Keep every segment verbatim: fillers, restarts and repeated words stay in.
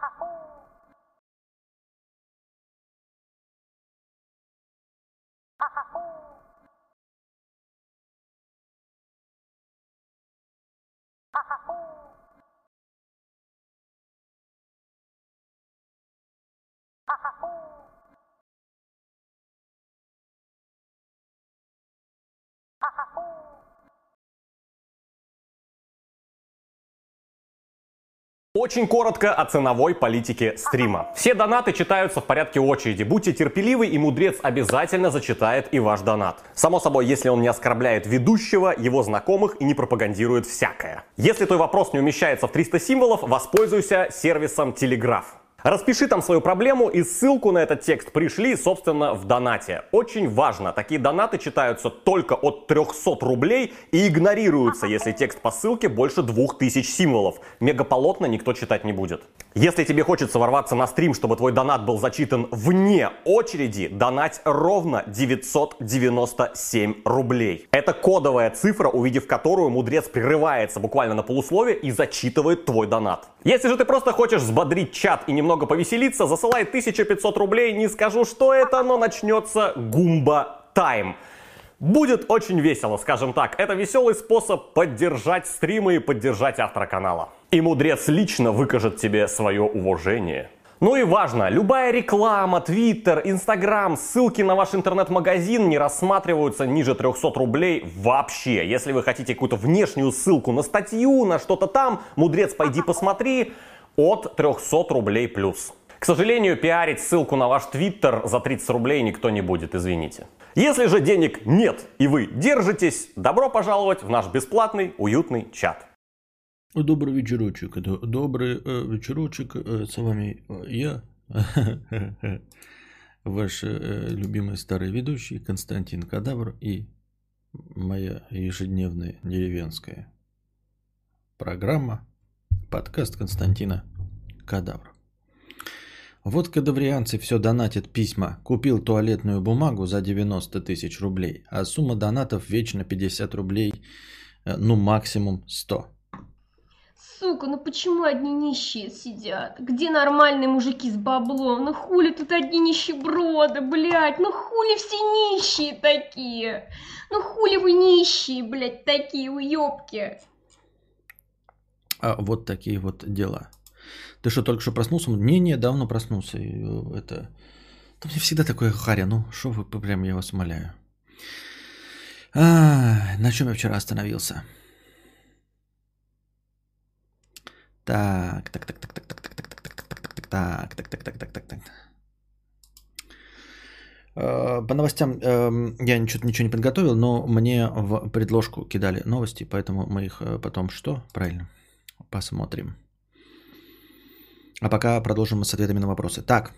Очень коротко о ценовой политике стрима. Все донаты читаются в порядке очереди. Будьте терпеливы, и мудрец обязательно зачитает и ваш донат. Само собой, если он не оскорбляет ведущего, его знакомых и не пропагандирует всякое. Если твой вопрос не умещается в триста символов, воспользуйся сервисом Telegraph. Распиши там свою проблему, и ссылку на этот текст пришли, собственно, в донате. Очень важно, такие донаты читаются только от трёхсот рублей и игнорируются, если текст по ссылке больше двух тысяч символов. Мегаполотно никто читать не будет. Если тебе хочется ворваться на стрим, чтобы твой донат был зачитан вне очереди, донать ровно девятьсот девяносто семь рублей. Это кодовая цифра, увидев которую мудрец прерывается буквально на полусловие и зачитывает твой донат. Если же ты просто хочешь взбодрить чат и немного повеселиться, засылай тысячу пятьсот рублей, не скажу, что это, но начнется Гумба Тайм. Будет очень весело, скажем так. Это веселый способ поддержать стримы и поддержать автора канала. И мудрец лично выкажет тебе свое уважение. Ну и важно, любая реклама, твиттер, инстаграм, ссылки на ваш интернет-магазин не рассматриваются ниже трёхсот рублей вообще. Если вы хотите какую-то внешнюю ссылку на статью, на что-то там, мудрец, пойди посмотри, от трёхсот рублей плюс. К сожалению, пиарить ссылку на ваш твиттер за тридцать рублей никто не будет, извините. Если же денег нет и вы держитесь, добро пожаловать в наш бесплатный, уютный чат. Добрый вечерочек. Добрый э, вечерочек. Э, с вами я, ваш э, любимый старый ведущий Константин Кадавр и моя ежедневная деревенская программа, подкаст Константина Кадавра. Вот кадаврианцы все донатят письма. Купил туалетную бумагу за девяносто тысяч рублей, а сумма донатов вечно пятьдесят рублей, ну максимум сто. Сука, ну почему одни нищие сидят? Где нормальные мужики с баблом? Ну хули тут одни нищеброды, блядь? Ну хули все нищие такие? Ну хули вы нищие, блядь, такие уёбки? А вот такие вот дела. Ты что, только что проснулся? Не-не, давно проснулся. И это... Да мне всегда такое харя. Ну, что вы, прям я вас умоляю. А, на чем я вчера остановился? Так, так, так, так, так, так, так, так, так, так, так, так, так, так, так, так, так, так. По новостям я ничего, ничего не подготовил, но мне в предложку кидали новости, поэтому мы их потом что? Правильно, посмотрим. А пока продолжим с ответами на вопросы. Так.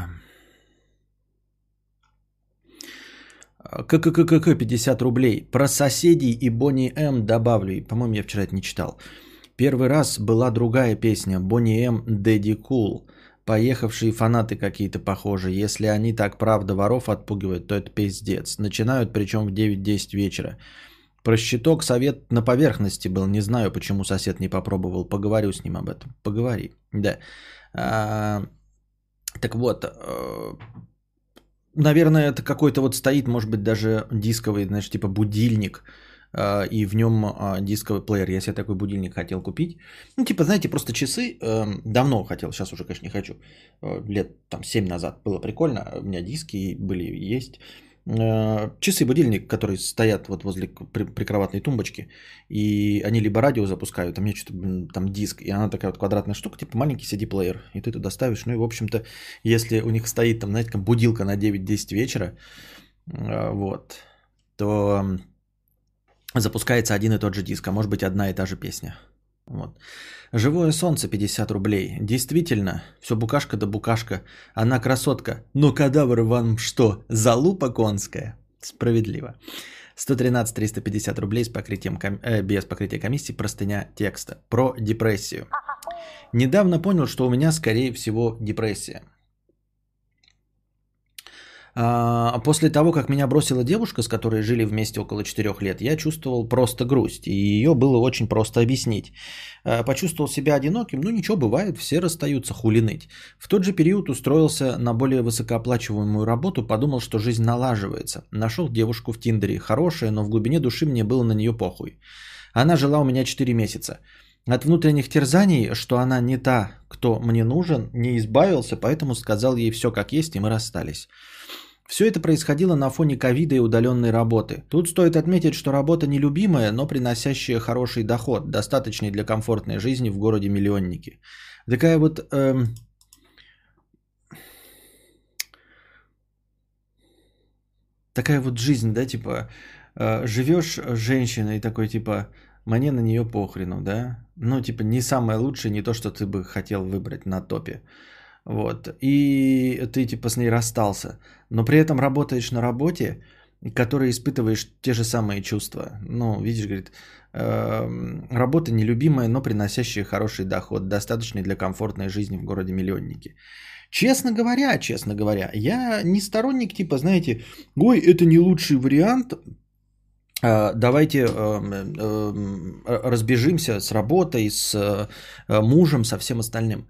КККК пятьдесят рублей. Про соседей и Бонни М добавлю. По-моему, я вчера это не читал. Первый раз была другая песня. Бонни М Дэдди Кул. Поехавшие фанаты какие-то похожи. Если они так правда воров отпугивают, то это пиздец. Начинают причем в девять-десять вечера. Про щиток совет на поверхности был. Не знаю, почему сосед не попробовал. Поговорю с ним об этом. Поговори. Да. А, так вот. А, наверное, это какой-то вот стоит, может быть, даже дисковый, знаешь, типа будильник. А, и в нем а, дисковый плеер. Я себе такой будильник хотел купить. Ну, типа, знаете, просто часы. А, давно хотел. Сейчас уже, конечно, не хочу. А, лет там семь назад было прикольно. У меня диски были, есть. Часы-будильник, которые стоят вот возле прикроватной тумбочки, и они либо радио запускают, а мне что-то там диск, и она такая вот квадратная штука, типа маленький си ди-плеер, и ты туда ставишь. Ну и, в общем-то, если у них стоит там, знаете, как будилка на девять-десять вечера, вот, то запускается один и тот же диск, а может быть одна и та же песня. Вот. Живое солнце пятьдесят рублей. Действительно, все букашка да букашка. Она красотка. Но кадавр вам что, залупа конская? Справедливо. сто тринадцать триста пятьдесят рублей с покрытием ком... э, без покрытия комиссии. Простыня текста. Про депрессию. Недавно понял, что у меня скорее всего депрессия. А, после того, как меня бросила девушка, с которой жили вместе около четырех лет, я чувствовал просто грусть. И ее было очень просто объяснить. А, почувствовал себя одиноким. Ну ничего, бывает, все расстаются, хули ныть. В тот же период устроился на более высокооплачиваемую работу, подумал, что жизнь налаживается. Нашел девушку в Тиндере, хорошая, но в глубине души мне было на нее похуй. Она жила у меня четыре месяца. От внутренних терзаний, что она не та, кто мне нужен, не избавился, поэтому сказал ей все как есть, и мы расстались. Все это происходило на фоне ковида и удаленной работы. Тут стоит отметить, что работа нелюбимая, но приносящая хороший доход, достаточный для комфортной жизни в городе-миллионнике. Такая вот... Эм... Такая вот жизнь, да, типа, э, живешь женщиной такой, типа, мне на нее похрену, да, ну, типа, не самое лучшее, не то, что ты бы хотел выбрать на топе, вот, и ты, типа, с ней расстался, но при этом работаешь на работе, которой испытываешь те же самые чувства, ну, видишь, говорит, э, работа нелюбимая, но приносящая хороший доход, достаточный для комфортной жизни в городе-миллионнике. Честно говоря, честно говоря, я не сторонник типа, знаете, ой, это не лучший вариант, давайте разбежимся с работой, с мужем, со всем остальным.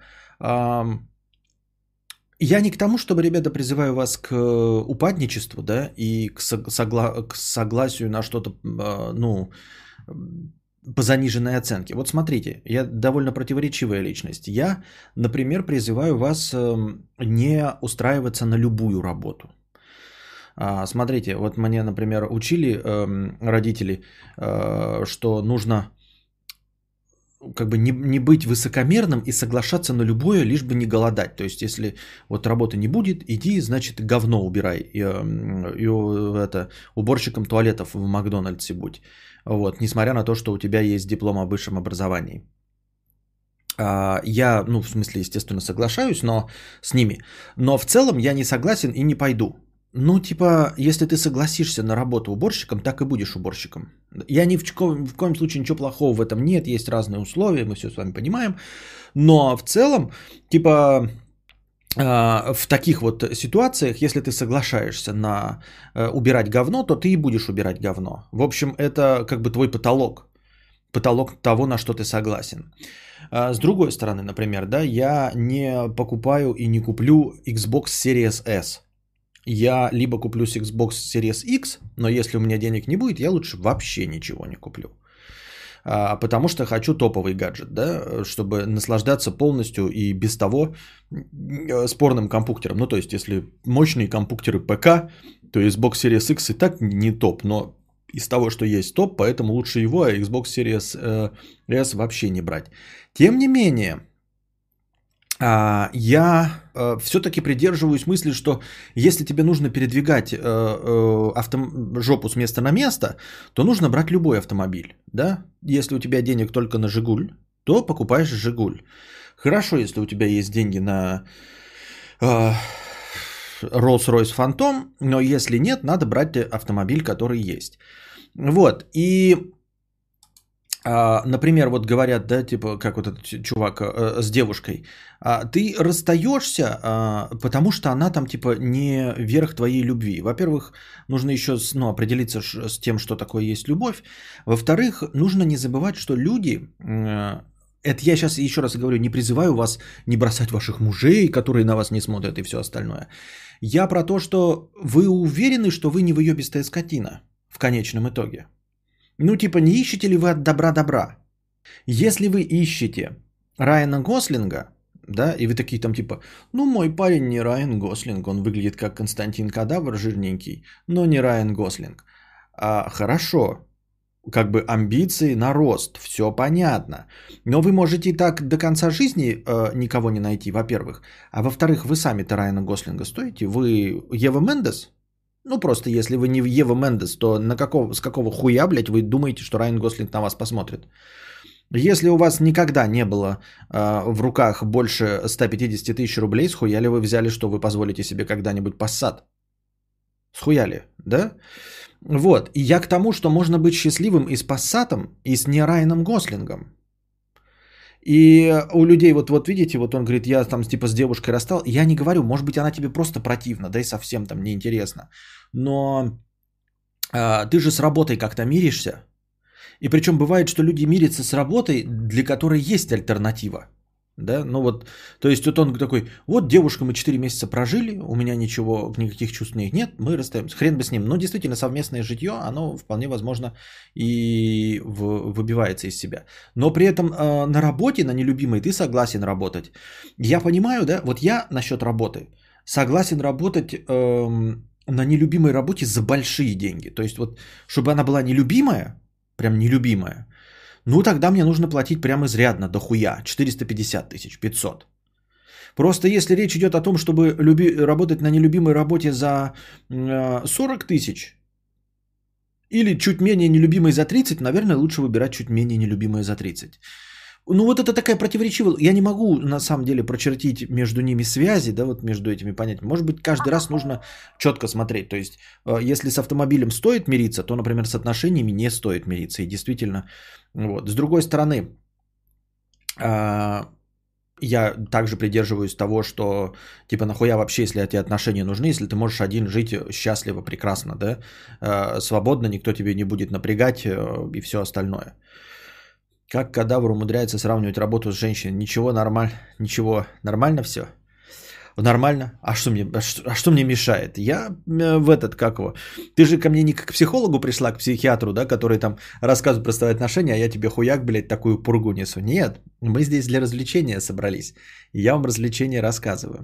Я не к тому, чтобы, ребята, призываю вас к упадничеству, да, и к, согла- к согласию на что-то, ну, по заниженной оценке. Вот смотрите, я довольно противоречивая личность. Я, например, призываю вас не устраиваться на любую работу. Смотрите, вот мне, например, учили родители, что нужно как бы не, не быть высокомерным и соглашаться на любое, лишь бы не голодать. То есть, если вот работы не будет, иди, значит, говно убирай. И, и это, уборщиком туалетов в Макдональдсе будь. Вот, несмотря на то, что у тебя есть диплом о высшем образовании. Я, ну, в смысле, естественно, соглашаюсь, но с ними. Но в целом я не согласен и не пойду. Ну, типа, если ты согласишься на работу уборщиком, так и будешь уборщиком. Я ни в коем, в коем случае ничего плохого в этом нет, есть разные условия, мы все с вами понимаем. Но в целом, типа, в таких вот ситуациях, если ты соглашаешься на убирать говно, то ты и будешь убирать говно. В общем, это как бы твой потолок. Потолок того, на что ты согласен. С другой стороны, например, да, я не покупаю и не куплю Xbox Series S. Я либо куплю Xbox Series X, но если у меня денег не будет, я лучше вообще ничего не куплю. А, потому что хочу топовый гаджет, да, чтобы наслаждаться полностью и без того спорным компьютером. Ну, то есть, если мощные компьютеры ПК, то Xbox Series X и так не топ, но из того, что есть топ, поэтому лучше его, а Xbox Series S вообще не брать. Тем не менее, я все-таки придерживаюсь мысли, что если тебе нужно передвигать авто... жопу с места на место, то нужно брать любой автомобиль. Да? Если у тебя денег только на Жигуль, то покупаешь Жигуль. Хорошо, если у тебя есть деньги на Rolls-Royce Phantom, но если нет, надо брать автомобиль, который есть. Вот, и... Например, вот говорят, да, типа, как вот этот чувак э, с девушкой, ты расстаешься, э, потому что она там, типа, не верх твоей любви. Во-первых, нужно еще ну, определиться с тем, что такое есть любовь. Во-вторых, нужно не забывать, что люди, э, это я сейчас еще раз говорю, не призываю вас не бросать ваших мужей, которые на вас не смотрят и все остальное. Я про то, что вы уверены, что вы не выебистая скотина в конечном итоге. Ну, типа, не ищете ли вы от добра добра? Если вы ищете Райана Гослинга, да, и вы такие там типа, ну, мой парень не Райан Гослинг, он выглядит как Константин Кадавр жирненький, но не Райан Гослинг. А, хорошо, как бы амбиции на рост, все понятно. Но вы можете и так до конца жизни э, никого не найти, во-первых. А во-вторых, вы сами-то Райана Гослинга стоите? Вы Ева Мендес? Ну, просто если вы не Ева Мендес, то на какого, с какого хуя, блядь, вы думаете, что Райан Гослинг на вас посмотрит? Если у вас никогда не было э, в руках больше сто пятьдесят тысяч рублей, схуя ли вы взяли, что вы позволите себе когда-нибудь Passat? Схуяли, да? Вот, и я к тому, что можно быть счастливым и с Passat'ом, и с не Райаном Гослингом. И у людей, вот, вот видите, вот он говорит, я там типа с девушкой расстал. Я не говорю, может быть, она тебе просто противна, да и совсем там неинтересно. Но а, ты же с работой как-то миришься. И причем бывает, что люди мирятся с работой, для которой есть альтернатива. Да, ну вот, то есть вот он такой, вот девушка, мы четыре месяца прожили, у меня ничего, никаких чувств нет, мы расстаемся, хрен бы с ним. Но действительно совместное житье, оно вполне возможно и в, выбивается из себя. Но при этом э, на работе, на нелюбимой ты согласен работать. Я понимаю, да, вот я насчет работы согласен работать э, на нелюбимой работе за большие деньги. То есть вот, чтобы она была нелюбимая, прям нелюбимая, ну, тогда мне нужно платить прям изрядно, дохуя, четыреста пятьдесят тысяч, пятьсот. Просто если речь идет о том, чтобы люби, работать на нелюбимой работе за э, сорок тысяч или чуть менее нелюбимой за тридцать, наверное, лучше выбирать чуть менее нелюбимой за тридцать. Ну, вот это такая противоречивая... Я не могу, на самом деле, прочертить между ними связи, да, вот между этими понятиями. Может быть, каждый раз нужно четко смотреть. То есть, если с автомобилем стоит мириться, то, например, с отношениями не стоит мириться. И действительно, вот. С другой стороны, я также придерживаюсь того, что, типа, нахуя вообще, если эти отношения нужны, если ты можешь один жить счастливо, прекрасно, да, свободно, никто тебе не будет напрягать и все остальное. Как кадавр умудряется сравнивать работу с женщиной? Ничего, нормально, ничего, нормально все? Нормально. А что мне, а что, а что мне мешает? Я в этот, как его? Ты же ко мне не как к психологу пришла, к психиатру, да, который там рассказывает про свои отношения, а я тебе хуяк, блядь, такую пургу несу. Нет, мы здесь для развлечения собрались. И я вам развлечения рассказываю.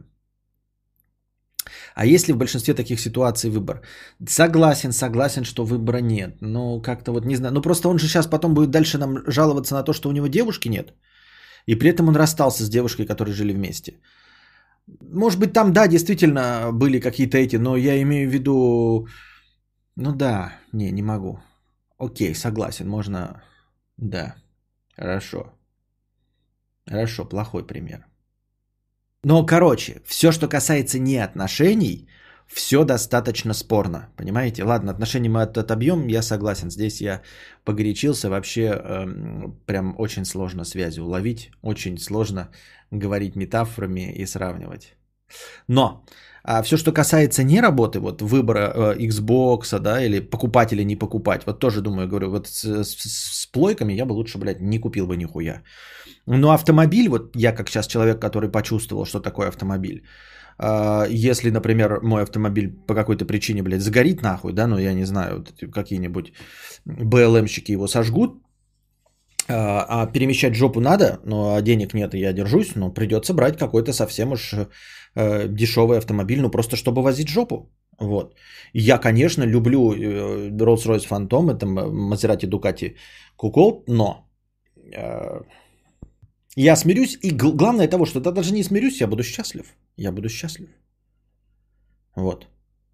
А есть ли в большинстве таких ситуаций выбор? Согласен, согласен, что выбора нет. Ну, как-то вот не знаю. Ну, просто он же сейчас потом будет дальше нам жаловаться на то, что у него девушки нет. И при этом он расстался с девушкой, которые жили вместе. Может быть, там, да, действительно были какие-то эти, но я имею в виду... Ну да, не, не могу. Окей, согласен, можно... Да, хорошо. Хорошо, плохой пример. Но, короче, все, что касается не отношений, все достаточно спорно, понимаете? Ладно, отношения мы отобьем, я согласен. Здесь я погорячился, вообще э, прям очень сложно связи уловить, очень сложно говорить метафорами и сравнивать. Но а все, что касается не работы, вот выбора э, Xbox, да, или покупать или не покупать, вот тоже думаю, говорю, вот с, с, с плойками я бы лучше, блядь, не купил бы нихуя. Но автомобиль, вот я как сейчас человек, который почувствовал, что такое автомобиль, э, если, например, мой автомобиль по какой-то причине, блядь, загорит нахуй, да, ну я не знаю, вот какие-нибудь бэ эл эм-щики его сожгут, э, а перемещать жопу надо, но денег нет, и я держусь, но придется брать какой-то совсем уж... дешевый автомобиль, ну просто чтобы возить жопу. Вот. Я, конечно, люблю Rolls-Royce Phantom, это Maserati Ducati Cuckold, но э, я смирюсь, и г- главное того, что я даже не смирюсь, я буду счастлив. Я буду счастлив. Вот.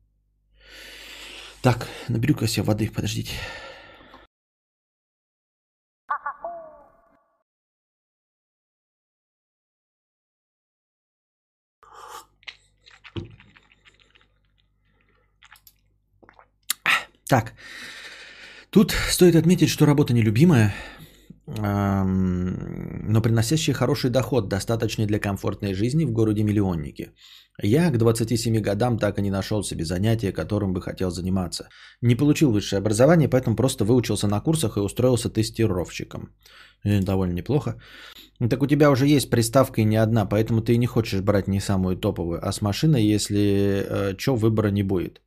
Так, наберу-ка себе воды, подождите. Так, тут стоит отметить, что работа нелюбимая, но приносящая хороший доход, достаточный для комфортной жизни в городе-миллионнике. Я к двадцати семи годам так и не нашел себе занятия, которым бы хотел заниматься. Не получил высшее образование, поэтому просто выучился на курсах и устроился тестировщиком. Довольно неплохо. Так у тебя уже есть приставка и не одна, поэтому ты и не хочешь брать не самую топовую, а с машиной, если э, что, выбора не будет.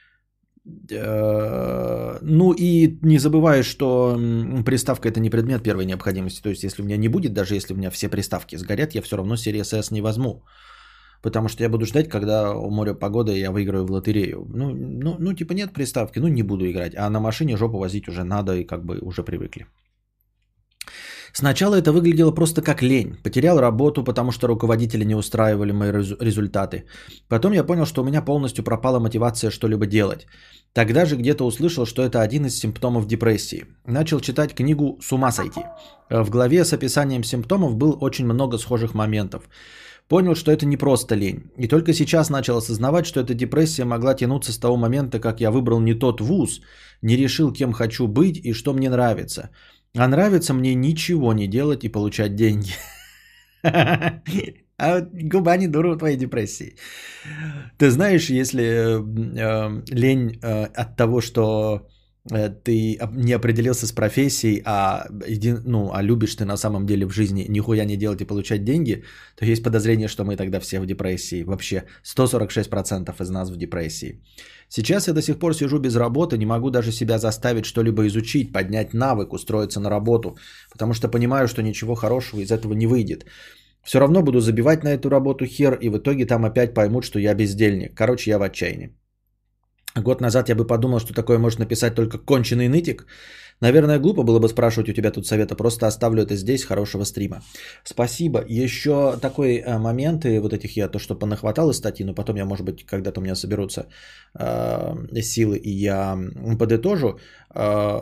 Ну и не забывай, что приставка это не предмет первой необходимости. То есть если у меня не будет, даже если у меня все приставки сгорят, я все равно Series S не возьму. Потому что я буду ждать, когда у моря погода и я выиграю в лотерею. Ну, ну, ну типа нет приставки, ну не буду играть. А на машине жопу возить уже надо и как бы уже привыкли. Сначала это выглядело просто как лень. Потерял работу, потому что руководители не устраивали мои результаты. Потом я понял, что у меня полностью пропала мотивация что-либо делать. Тогда же где-то услышал, что это один из симптомов депрессии. Начал читать книгу «С ума сойти». В главе с описанием симптомов было очень много схожих моментов. Понял, что это не просто лень. И только сейчас начал осознавать, что эта депрессия могла тянуться с того момента, как я выбрал не тот вуз, не решил, кем хочу быть и что мне нравится. А нравится мне ничего не делать и получать деньги. А вот губа не дура в твоей депрессии. Ты знаешь, если э, лень э, от того, что э, ты не определился с профессией, а, един, ну, а любишь ты на самом деле в жизни нихуя не делать и получать деньги, то есть подозрение, что мы тогда все в депрессии. Вообще сто сорок шесть процентов из нас в депрессии. Сейчас я до сих пор сижу без работы, не могу даже себя заставить что-либо изучить, поднять навык, устроиться на работу, потому что понимаю, что ничего хорошего из этого не выйдет. Все равно буду забивать на эту работу хер, и в итоге там опять поймут, что я бездельник. Короче, я в отчаянии. Год назад я бы подумал, что такое может написать только конченый нытик. Наверное, глупо было бы спрашивать у тебя тут совета, просто оставлю это здесь, хорошего стрима. Спасибо. Еще такой момент, и вот этих я то, что понахватал из статьи, но потом я, может быть, когда-то у меня соберутся э, силы, и я подытожу. Э,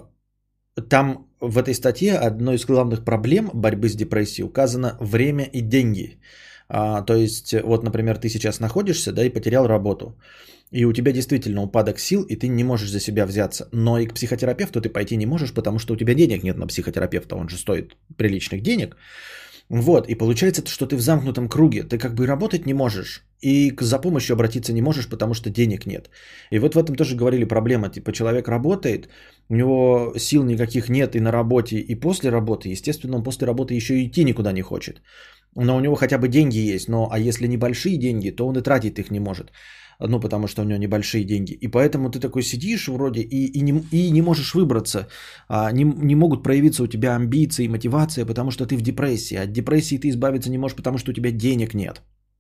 Там в этой статье одной из главных проблем борьбы с депрессией указано время и деньги. А, то есть, вот, например, ты сейчас находишься, да, и потерял работу. И у тебя действительно упадок сил, и ты не можешь за себя взяться. Но и к психотерапевту ты пойти не можешь, потому что у тебя денег нет на психотерапевта, он же стоит приличных денег. Вот, и получается, что ты в замкнутом круге, ты как бы работать не можешь, и за помощью обратиться не можешь, потому что денег нет. И вот в этом тоже говорили проблема, типа человек работает, у него сил никаких нет и на работе, и после работы, естественно, он после работы еще и идти никуда не хочет. Но у него хотя бы деньги есть, но а если небольшие деньги, то он и тратить их не может. Ну, потому что у него небольшие деньги. И поэтому ты такой сидишь вроде и, и, не, и не можешь выбраться. А, не, не могут проявиться у тебя амбиции, мотивация, потому что ты в депрессии. От депрессии ты избавиться не можешь, потому что у тебя денег нет.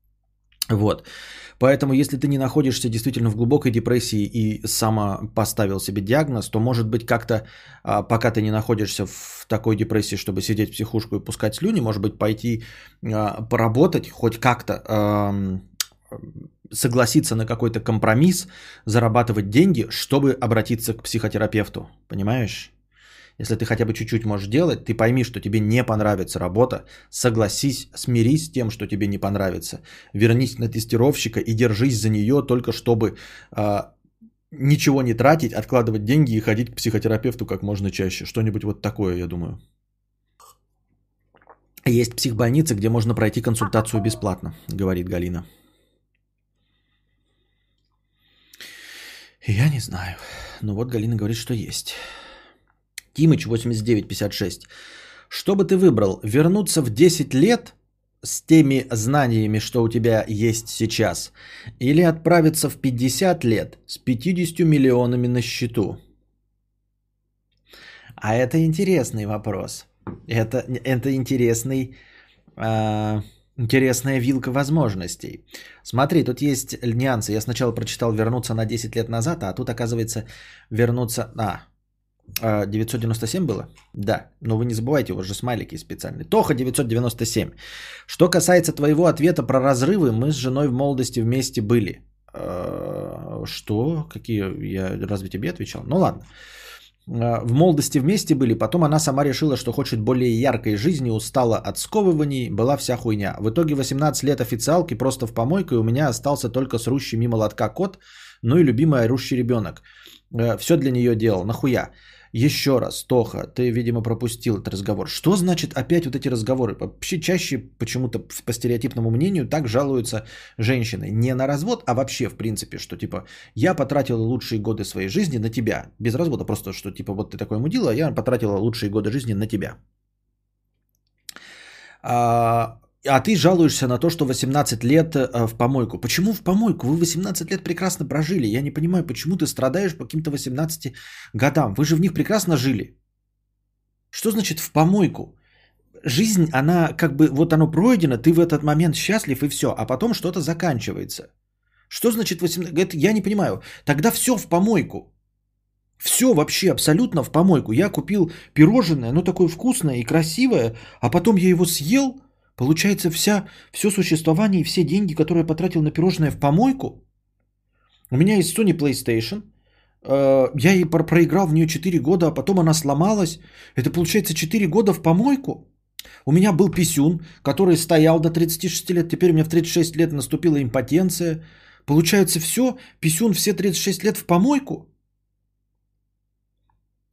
Вот. Поэтому, если ты не находишься действительно в глубокой депрессии и сама поставил себе диагноз, то, может быть, как-то, пока ты не находишься в такой депрессии, чтобы сидеть в психушку и пускать слюни, может быть, пойти поработать хоть как-то, согласиться на какой-то компромисс, зарабатывать деньги, чтобы обратиться к психотерапевту. Понимаешь? Если ты хотя бы чуть-чуть можешь делать, ты пойми, что тебе не понравится работа, согласись, смирись с тем, что тебе не понравится, вернись на тестировщика и держись за нее только чтобы э, ничего не тратить, откладывать деньги и ходить к психотерапевту как можно чаще. Что-нибудь вот такое, я думаю. Есть психбольницы, где можно пройти консультацию бесплатно, говорит Галина. Я не знаю. Но вот Галина говорит, что есть. Тимыч восемьдесят девять пятьдесят шесть. Что бы ты выбрал? Вернуться в десять лет с теми знаниями, что у тебя есть сейчас? Или отправиться в пятьдесят лет с пятьюдесятью миллионами на счету? А это интересный вопрос. Это, это интересный, э, интересная вилка возможностей. Смотри, тут есть нюансы. Я сначала прочитал вернуться на десять лет назад, а тут оказывается вернуться... А, девятьсот девяносто семь было? Да, но вы не забывайте, у вас же смайлики специальные. Тоха девятьсот девяносто семь. Что касается твоего ответа про разрывы, мы с женой в молодости вместе были. Что? Какие? Я разве тебе отвечал? Ну ладно. В молодости вместе были, потом она сама решила, что хочет более яркой жизни, устала от сковываний, была вся хуйня. В итоге восемнадцать лет официалки просто в помойку, и у меня остался только срущий мимо лотка кот, ну и любимый орущий ребенок. Все для нее делал, нахуя? Еще раз, Тоха, ты, видимо, пропустил этот разговор. Что значит опять вот эти разговоры? Вообще чаще почему-то по стереотипному мнению так жалуются женщины. Не на развод, а вообще в принципе, что типа я потратила лучшие годы своей жизни на тебя. Без развода, просто что типа вот ты такой мудила, а я потратила лучшие годы жизни на тебя. А, а ты жалуешься на то, что восемнадцать лет в помойку. Почему в помойку? Вы восемнадцать лет прекрасно прожили. Я не понимаю, почему ты страдаешь по каким-то восемнадцати годам. Вы же в них прекрасно жили. Что значит в помойку? Жизнь, она как бы, вот оно пройдено, ты в этот момент счастлив и все, а потом что-то заканчивается. Что значит восемнадцать? Это я не понимаю. Тогда все в помойку. Все вообще абсолютно в помойку. Я купил пирожное, оно такое вкусное и красивое, а потом я его съел. Получается, вся, все существование и все деньги, которые я потратил на пирожное, в помойку. У меня есть Sony PlayStation. Я ей проиграл в нее четыре года, а потом она сломалась. Это получается четыре года в помойку. У меня был писюн, который стоял до тридцати шести лет. Теперь у меня в тридцать шесть лет наступила импотенция. Получается, все, писюн все тридцать шесть лет в помойку.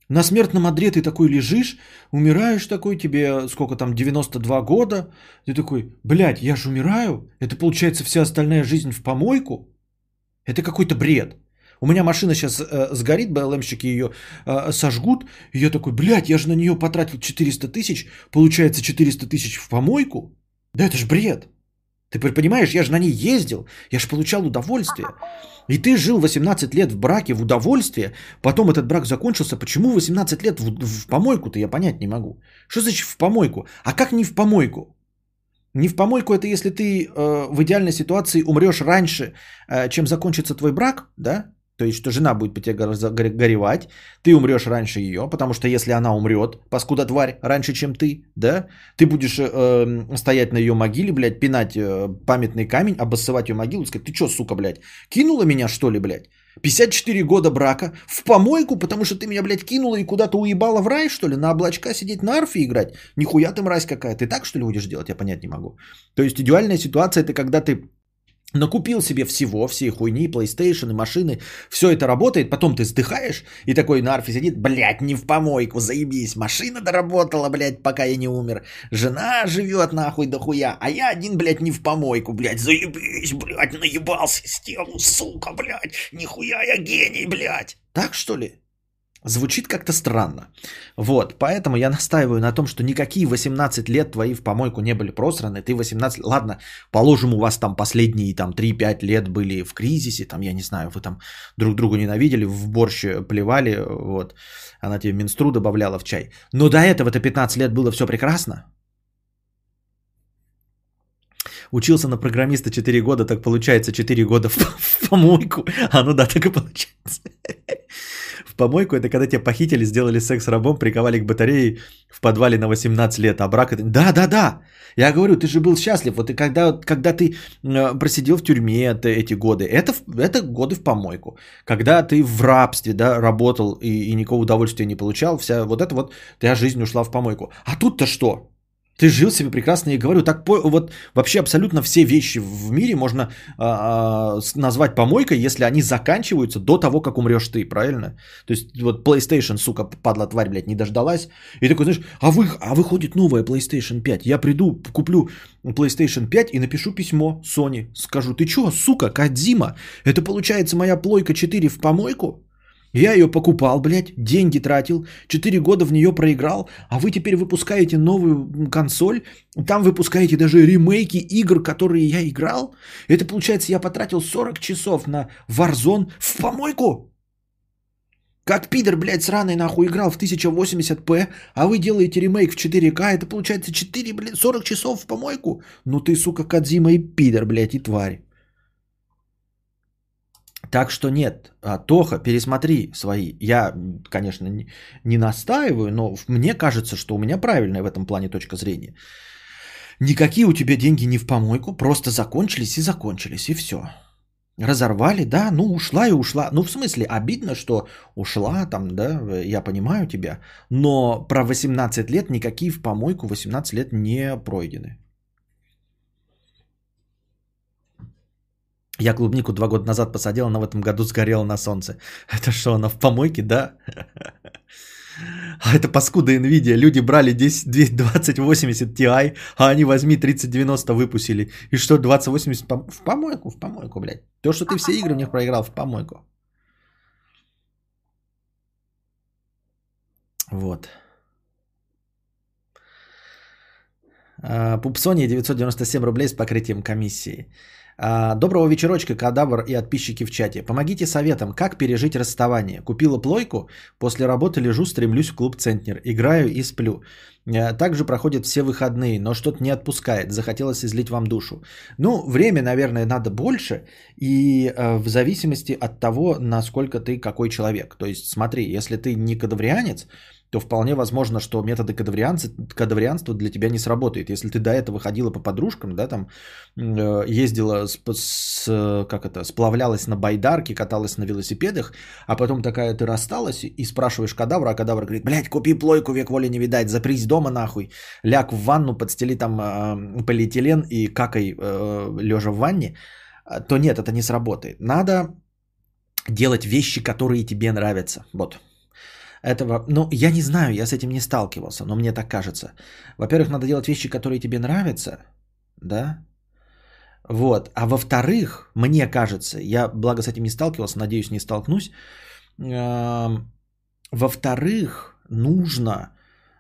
На смертном одре ты такой лежишь, умираешь такой, тебе сколько там, девяносто два года. Ты такой, блядь, я же умираю. Это получается вся остальная жизнь в помойку? Это какой-то бред. У меня машина сейчас э, сгорит, бэ эл эмщики ее э, сожгут. И я такой, блядь, я же на нее потратил четыреста тысяч. Получается четыреста тысяч в помойку? Да это ж бред. Ты понимаешь, я же на ней ездил. Я же получал удовольствие. И ты жил восемнадцать лет в браке в удовольствие. Потом этот брак закончился. Почему восемнадцать лет в, в помойку-то я понять не могу. Что значит в помойку? А как не в помойку? Не в помойку это если ты э, в идеальной ситуации умрешь раньше, э, чем закончится твой брак, да? То есть, что жена будет по тебе горевать, ты умрешь раньше ее, потому что если она умрет, паскуда тварь, раньше, чем ты, да, ты будешь э, стоять на ее могиле, блядь, пинать э, памятный камень, обоссывать ее могилу, сказать, ты что, сука, блядь, кинула меня, что ли, блядь? пятьдесят четыре года брака в помойку, потому что ты меня, блядь, кинула и куда-то уебала в рай, что ли, на облачка сидеть на арфе играть? Нихуя ты мразь какая, ты так, что ли, будешь делать? Я понять не могу. То есть, идеальная ситуация, это когда ты накупил себе всего, всей хуйни, PlayStation, машины, все это работает, потом ты сдыхаешь, и такой на арфе сидит, блядь, не в помойку, заебись, машина доработала, блядь, пока я не умер, жена живет нахуй дохуя, а я один, блядь, не в помойку, блядь, заебись, блядь, наебал систему, сука, блядь, нихуя я гений, блядь. Так что ли? Звучит как-то странно. Вот, поэтому я настаиваю на том, что никакие восемнадцать лет твои в помойку не были просраны. Ты восемнадцать... Ладно, положим, у вас там последние там, три-пять лет были в кризисе, там, я не знаю, вы там друг друга ненавидели, в борщ плевали, вот. Она тебе менстру добавляла в чай. Но до этого-то пятнадцать лет было все прекрасно. Учился на программиста четыре года, так получается четыре года в, в помойку. А ну да, так и получается. В помойку это когда тебя похитили, сделали секс-рабом, приковали к батарее в подвале на восемнадцать лет. А брак это... Да, да, да. Я говорю, ты же был счастлив. Вот и когда, когда ты просидел в тюрьме это, эти годы, это, это годы в помойку. Когда ты в рабстве, да, работал и, и никакого удовольствия не получал, вся вот это вот, твоя жизнь ушла в помойку. А тут-то что? Ты жил себе прекрасно, и говорю, так вот вообще абсолютно все вещи в мире можно а, назвать помойкой, если они заканчиваются до того, как умрешь ты, правильно? То есть вот PlayStation, сука, падла тварь, блядь, не дождалась. И такой, знаешь, а, вы, а выходит новая PlayStation пять. Я приду, куплю PlayStation пять и напишу письмо Sony. Скажу, ты чё, сука, Кодзима, это получается моя плойка четыре в помойку? Я ее покупал, блядь, деньги тратил, четыре года в нее проиграл, а вы теперь выпускаете новую консоль, там выпускаете даже ремейки игр, которые я играл. Это получается, я потратил сорок часов на Warzone в помойку. Как пидор, блядь, сраный нахуй играл в тысяча восемьдесят пэ, а вы делаете ремейк в четыре ка, это получается четыре, блядь, сорок часов в помойку. Ну ты, сука, Кодзима и пидор, блядь, и тварь. Так что нет, Тоха, пересмотри свои. Я, конечно, не настаиваю, но мне кажется, что у меня правильная в этом плане точка зрения. Никакие у тебя деньги не в помойку, просто закончились и закончились, и все. Разорвали, да, ну ушла и ушла. Ну в смысле, обидно, что ушла, там, да, я понимаю тебя, но про восемнадцать лет никакие в помойку восемнадцать лет не пройдены. Я клубнику два года назад посадил, она в этом году сгорела на солнце. Это что, она в помойке, да? А это паскуда Nvidia. Люди брали двадцать восемьдесят Ti, а они возьми тридцать девяносто выпустили. И что, двадцать восемьдесят в помойку? В помойку, блядь. То, что ты все игры в них проиграл, в помойку. Вот. Пупсония девятьсот девяносто семь рублей с покрытием комиссии. Доброго вечерочка, кадавр и подписчики в чате. Помогите советом, как пережить расставание. Купила плойку, после работы лежу, стремлюсь в клуб Центнер. Играю и сплю. Также проходят все выходные, но что-то не отпускает. Захотелось излить вам душу. Ну, время, наверное, надо больше. И в зависимости от того, насколько ты какой человек. То есть, смотри, если ты не кадаврианец, то вполне возможно, что методы кадаврианства для тебя не сработают. Если ты до этого ходила по подружкам, да, там ездила, с, с, как это, сплавлялась на байдарке, каталась на велосипедах, а потом такая ты рассталась и спрашиваешь кадавра, а кадавр говорит, блядь, купи плойку, век воли не видать, запрись дома нахуй, ляг в ванну, подстели там э, полиэтилен и какай э, лежа в ванне, то нет, это не сработает. Надо делать вещи, которые тебе нравятся. Вот. этого, ну, я не знаю, я с этим не сталкивался, но мне так кажется. Во-первых, надо делать вещи, которые тебе нравятся, да, вот. А во-вторых, мне кажется, я, благо, с этим не сталкивался, надеюсь, не столкнусь, во-вторых, нужно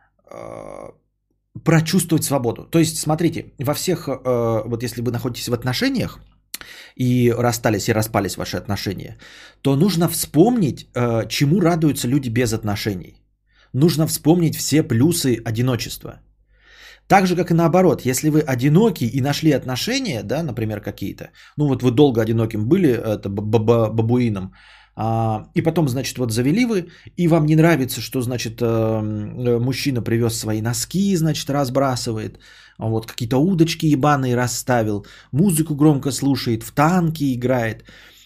прочувствовать свободу. То есть, смотрите, во всех, вот если вы находитесь в отношениях, и расстались, и распались ваши отношения, то нужно вспомнить, чему радуются люди без отношений. Нужно вспомнить все плюсы одиночества. Так же, как и наоборот, если вы одиноки и нашли отношения, да, например, какие-то, ну вот вы долго одиноким были, это бабуином, и потом, значит, вот завели вы, и вам не нравится, что, значит, мужчина привез свои носки, значит, разбрасывает, вот какие-то удочки ебаные расставил, музыку громко слушает, в танки играет,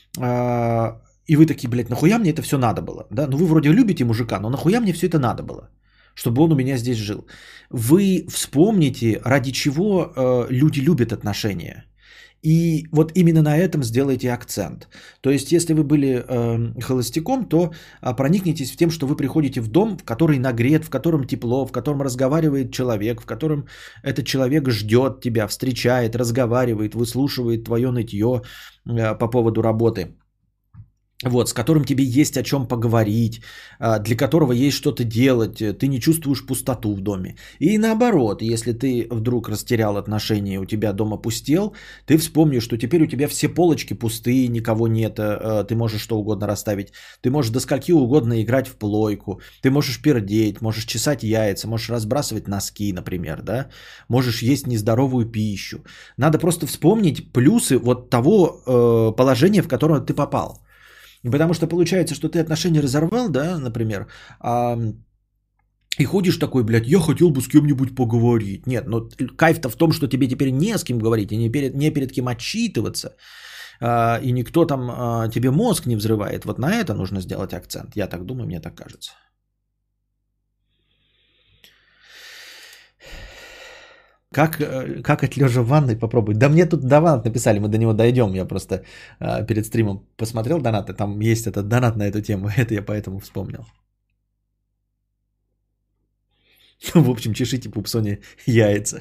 и вы такие, блядь, нахуя мне это все надо было, да, ну вы вроде любите мужика, но нахуя мне все это надо было, чтобы он у меня здесь жил. Вы вспомните, ради чего люди любят отношения. И вот именно на этом сделайте акцент. То есть, если вы были э, холостяком, то э, проникнитесь в тем, что вы приходите в дом, в который нагрет, в котором тепло, в котором разговаривает человек, в котором этот человек ждет тебя, встречает, разговаривает, выслушивает твое нытье э, по поводу работы. Вот, с которым тебе есть о чем поговорить, для которого есть что-то делать, ты не чувствуешь пустоту в доме. И наоборот, если ты вдруг растерял отношения, у тебя дом опустел, ты вспомнишь, что теперь у тебя все полочки пустые, никого нет, ты можешь что угодно расставить, ты можешь до скольки угодно играть в плойку, ты можешь пердеть, можешь чесать яйца, можешь разбрасывать носки, например, да, можешь есть нездоровую пищу. Надо просто вспомнить плюсы вот того положения, в которое ты попал. Потому что получается, что ты отношения разорвал, да, например, а, и ходишь такой, блядь, я хотел бы с кем-нибудь поговорить. Нет, но кайф-то в том, что тебе теперь не с кем говорить, и не перед, не перед кем отчитываться, а, и никто там а, тебе мозг не взрывает. Вот на это нужно сделать акцент. Я так думаю, мне так кажется. Как, как от лежа в ванной попробовать? Да мне тут донат написали, мы до него дойдем. Я просто э, перед стримом посмотрел донаты, там есть этот донат на эту тему, это я поэтому вспомнил. В общем, чешите пупсоне яйца.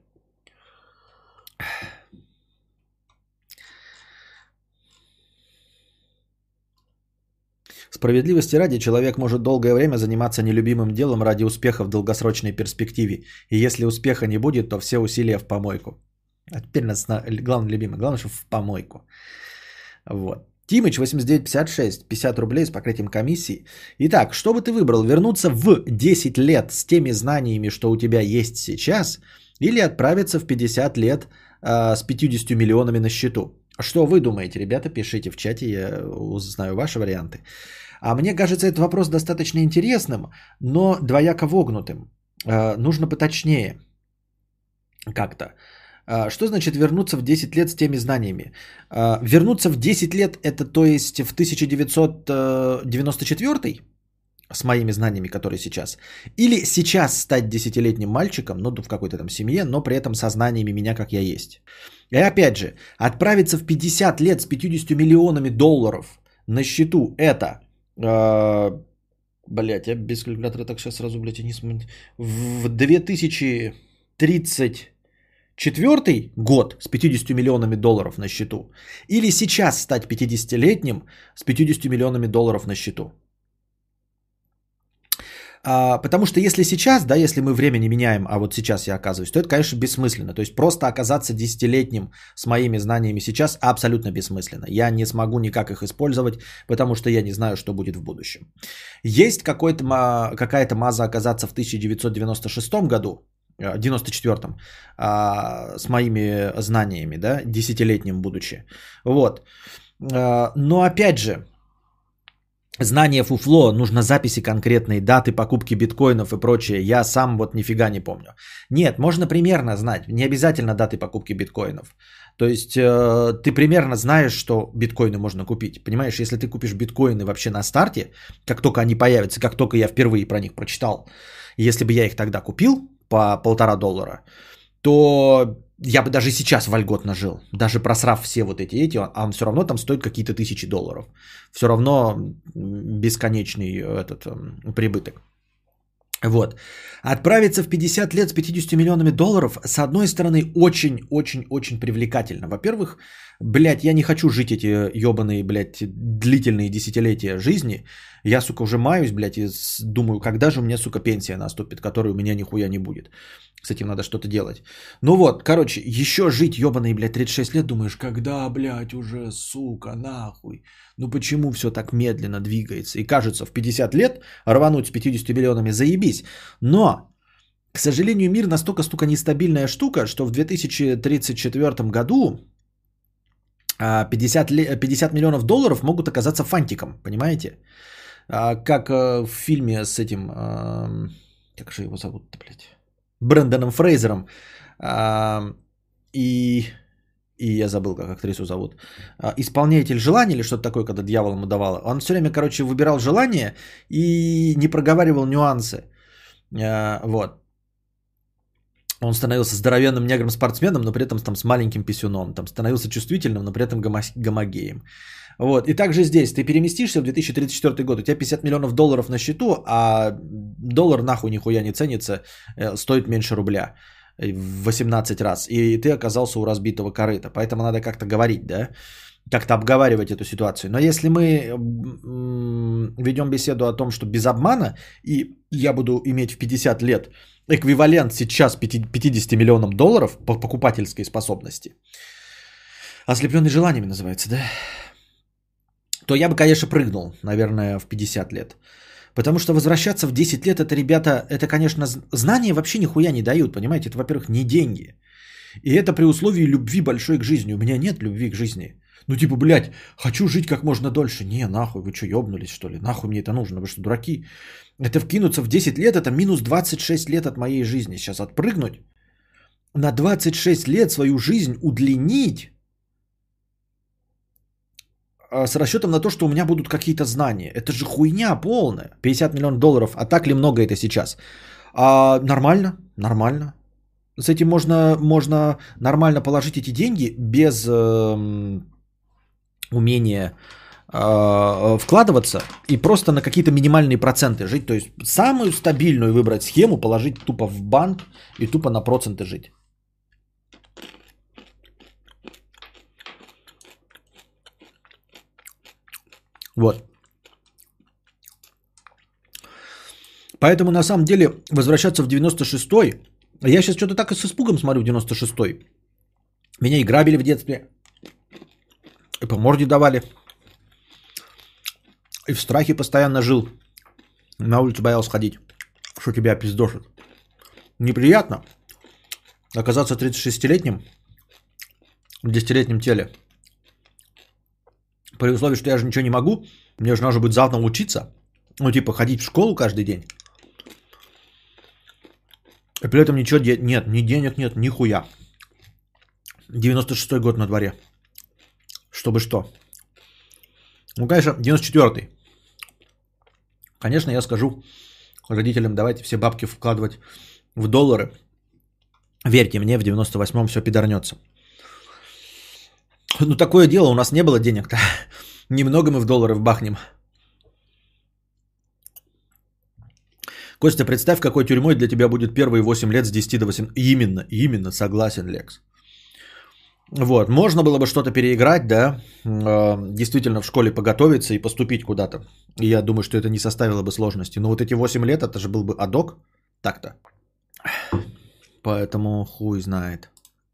Справедливости ради, человек может долгое время заниматься нелюбимым делом ради успеха в долгосрочной перспективе. И если успеха не будет, то все усилия в помойку. А теперь нас главное любимое, главное, что в помойку. Вот. Тимыч восемьдесят девять пятьдесят шесть, пятьдесят рублей с покрытием комиссии. Итак, что бы ты выбрал? Вернуться в десять лет с теми знаниями, что у тебя есть сейчас, или отправиться в пятьдесят лет э, с пятьюдесятью миллионами на счету? Что вы думаете, ребята? Пишите в чате, я узнаю ваши варианты. А мне кажется, этот вопрос достаточно интересным, но двояко вогнутым. Э, нужно поточнее как-то. Э, что значит вернуться в десять лет с теми знаниями? Э, вернуться в десять лет, это то есть в тысяча девятьсот девяносто четвёртый с моими знаниями, которые сейчас. Или сейчас стать десятилетним мальчиком, ну в какой-то там семье, но при этом со знаниями меня, как я есть. И опять же, отправиться в пятьдесят лет с пятьюдесятью миллионами долларов на счету, это... Э, блять, я без калькулятора так сейчас сразу, блядь, я не смогу. В две тысячи тридцать четвёртый год с пятьюдесятью миллионами долларов на счету. Или сейчас стать пятидесятилетним с пятьюдесятью миллионами долларов на счету. А, потому что если сейчас, да, если мы время не меняем, а вот сейчас я оказываюсь, то это, конечно, бессмысленно. То есть просто оказаться десятилетним с моими знаниями сейчас абсолютно бессмысленно. Я не смогу никак их использовать, потому что я не знаю, что будет в будущем. Есть какой-то, какая-то маза оказаться в тысяча девятьсот девяносто шестом году, девяносто четвёртом, а, с моими знаниями, да, десятилетним будучи. Вот. А, но опять же, знание фуфло, нужно записи конкретные, даты покупки биткоинов и прочее. Я сам вот нифига не помню. Нет, можно примерно знать, не обязательно даты покупки биткоинов. То есть э, ты примерно знаешь, что биткоины можно купить. Понимаешь, если ты купишь биткоины вообще на старте, как только они появятся, как только я впервые про них прочитал, если бы я их тогда купил по полтора доллара, то я бы даже сейчас вольготно жил. Даже просрав все вот эти, эти, а он все равно там стоит какие-то тысячи долларов. Все равно бесконечный этот прибыток. Вот. Отправиться в пятьдесят лет с пятьюдесятью миллионами долларов, с одной стороны, очень-очень-очень привлекательно. Во-первых, блядь, я не хочу жить эти ебаные, блядь, длительные десятилетия жизни. Я, сука, уже маюсь, блядь, и думаю, когда же у меня, сука, пенсия наступит, которой у меня нихуя не будет. С этим надо что-то делать. Ну вот, короче, еще жить ебаные, блядь, тридцать шесть лет, думаешь, когда, блядь, уже, сука, нахуй. Ну почему все так медленно двигается? И кажется, в пятьдесят лет рвануть с пятьюдесятью миллионами заебись. Но, к сожалению, мир настолько, сука, нестабильная штука, что в две тысячи тридцать четвёртом году пятьдесят, пятьдесят миллионов долларов могут оказаться фантиком, понимаете? Как в фильме с этим, как же его зовут-то, блядь? Брэндоном Фрейзером. И... И я забыл, как актрису зовут. Исполнитель желаний или что-то такое, когда дьявол ему давал. Он все время, короче, выбирал желания и не проговаривал нюансы. Вот. Он становился здоровенным негром-спортсменом, но при этом там с маленьким писюном. Там становился чувствительным, но при этом гомо- гомогеем. Вот. И также здесь. Ты переместишься в две тысячи тридцать четвёртый год. У тебя пятьдесят миллионов долларов на счету, а доллар нахуй нихуя не ценится. Стоит меньше рубля. В восемнадцать раз. И ты оказался у разбитого корыта. Поэтому надо как-то говорить, да? Как-то обговаривать эту ситуацию. Но если мы ведем беседу о том, что без обмана, и я буду иметь в пятьдесят лет эквивалент сейчас пятидесяти миллионам долларов по покупательской способности, ослепленный желаниями называется, да? То я бы, конечно, прыгнул, наверное, в пятьдесят лет. Потому что возвращаться в десять лет, это, ребята, это, конечно, знания вообще нихуя не дают, понимаете? Это, во-первых, не деньги. И это при условии любви большой к жизни. У меня нет любви к жизни. Ну, типа, блядь, хочу жить как можно дольше. Не, нахуй, вы что, ебнулись, что ли? Нахуй мне это нужно, вы что, дураки? Это вкинуться в десять лет, это минус двадцать шесть лет от моей жизни. Сейчас отпрыгнуть, на двадцать шесть лет свою жизнь удлинить, с расчетом на то, что у меня будут какие-то знания. Это же хуйня полная. пятьдесят миллионов долларов. А так ли много это сейчас? А, нормально, нормально. С этим можно, можно нормально положить эти деньги без э, умения э, вкладываться и просто на какие-то минимальные проценты жить. То есть самую стабильную выбрать схему, положить тупо в банк и тупо на проценты жить. Вот. Поэтому на самом деле возвращаться в девяносто шестой, я сейчас что-то так и с испугом смотрю в девяносто шестой. Меня и грабили в детстве, и по морде давали, и в страхе постоянно жил. На улицу боялся ходить, что тебя пиздошат. Неприятно оказаться тридцатишестилетним в десятилетнем теле. При условии, что я же ничего не могу, мне же нужно будет завтра учиться, ну типа ходить в школу каждый день. И при этом ничего де- нет, ни денег нет, ни хуя. девяносто шестой год на дворе. Чтобы что? Ну, конечно, девяносто четвёртый. Конечно, я скажу родителям, давайте все бабки вкладывать в доллары. Верьте мне, в девяносто восьмом все пидорнется. Ну, такое дело, у нас не было денег-то. Немного мы в доллары вбахнем. Костя, представь, какой тюрьмой для тебя будет первые восемь лет с десяти до восемнадцати. Именно, именно, согласен, Лекс. Вот, можно было бы что-то переиграть, да, действительно в школе поготовиться и поступить куда-то. И я думаю, что это не составило бы сложности. Но вот эти восемь лет, это же был бы адок, так-то. Поэтому хуй знает.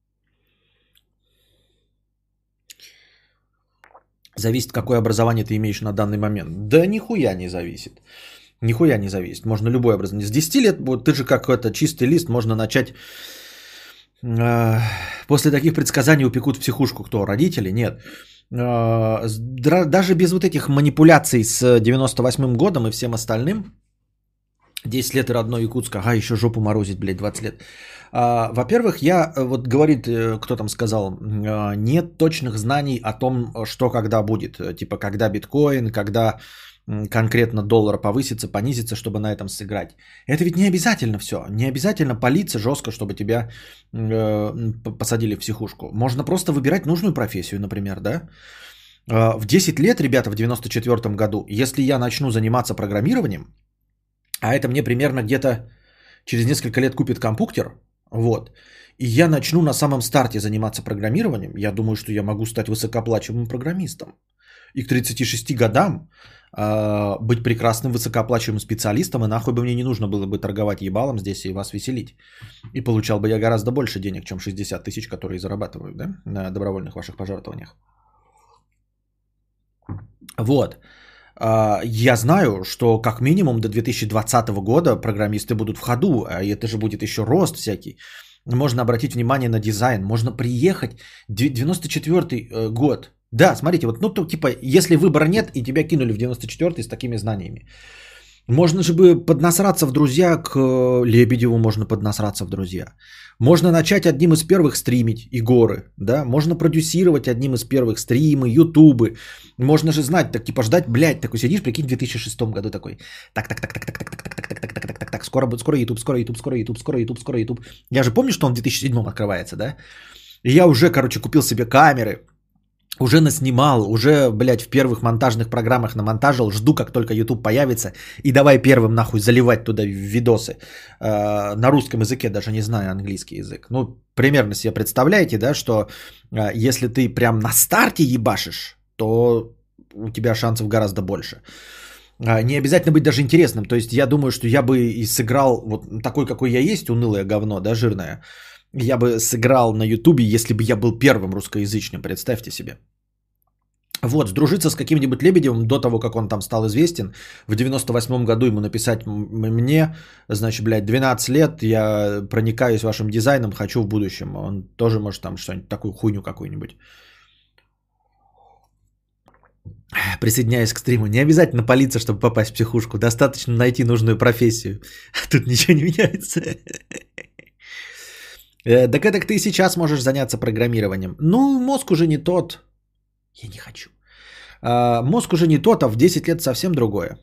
Зависит, какое образование ты имеешь на данный момент. Да нихуя не зависит. Нихуя не зависит. Можно любое образование. С десяти лет, вот ты же как это, чистый лист, можно начать... Э, после таких предсказаний упекут в психушку. Кто? Родители? Нет. Э, даже без вот этих манипуляций с девяносто восьмым годом и всем остальным. десять лет и родной Якутск. Ага, еще жопу морозить, блядь, двадцать лет. Э, во-первых, я, вот говорит, кто там сказал, э, нет точных знаний о том, что когда будет. Типа, когда биткоин, когда... конкретно доллар повысится, понизится, чтобы на этом сыграть. Это ведь не обязательно все. Не обязательно палиться жестко, чтобы тебя э, посадили в психушку. Можно просто выбирать нужную профессию, например, да? Э, в десять лет, ребята, в девяносто четвёртом году, если я начну заниматься программированием, а это мне примерно где-то через несколько лет купит компьютер, вот, и я начну на самом старте заниматься программированием, я думаю, что я могу стать высокооплачиваемым программистом. И к тридцати шести годам э, быть прекрасным высокооплачиваемым специалистом, и нахуй бы мне не нужно было бы торговать ебалом здесь и вас веселить. И получал бы я гораздо больше денег, чем шестьдесят тысяч, которые зарабатываю, да, на добровольных ваших пожертвованиях. Вот. Э, я знаю, что как минимум до две тысячи двадцатого года программисты будут в ходу, а это же будет еще рост всякий. Можно обратить внимание на дизайн, можно приехать, девяносто четвёртый год. Да, смотрите, вот, ну, то, типа, если выбора нет, и тебя кинули в девяносто четвёртый с такими знаниями, можно же бы поднасраться в друзья к Лебедеву, можно поднасраться в друзья. Можно начать одним из первых стримить и горы, да, можно продюсировать одним из первых стримы, ютубы. Можно же знать, так, типа, ждать, блядь, такой сидишь, прикинь, в две тысячи шестом году такой, так, так, так, так, так, так, так, так, так, так, так, так, так, так, скоро будет, скоро ютуб, скоро ютуб, скоро ютуб, скоро ютуб, скоро ютуб. Я же помню, что он в две тысячи седьмом открывается, да, и я уже, короче, купил себе камеры, уже наснимал, уже, блядь, в первых монтажных программах намонтажил, жду, как только YouTube появится, и давай первым нахуй заливать туда видосы. Э, на русском языке, даже не знаю английский язык. Ну, примерно себе представляете, да, что э, если ты прям на старте ебашишь, то у тебя шансов гораздо больше. Э, не обязательно быть даже интересным. То есть я думаю, что я бы и сыграл вот такой, какой я есть, унылое говно, да, жирное. Я бы сыграл на Ютубе, если бы я был первым русскоязычным, представьте себе. Вот, сдружиться с каким-нибудь Лебедевым до того, как он там стал известен, в девяносто восьмом году ему написать мне, значит, блядь, двенадцать лет, я проникаюсь вашим дизайном, хочу в будущем. Он тоже может там что-нибудь, такую хуйню какую-нибудь. Присоединяюсь к стриму. Не обязательно палиться, чтобы попасть в психушку. Достаточно найти нужную профессию. Тут ничего не меняется. Так это ты сейчас можешь заняться программированием. Ну, мозг уже не тот. Я не хочу. А, мозг уже не тот, а в десять лет совсем другое.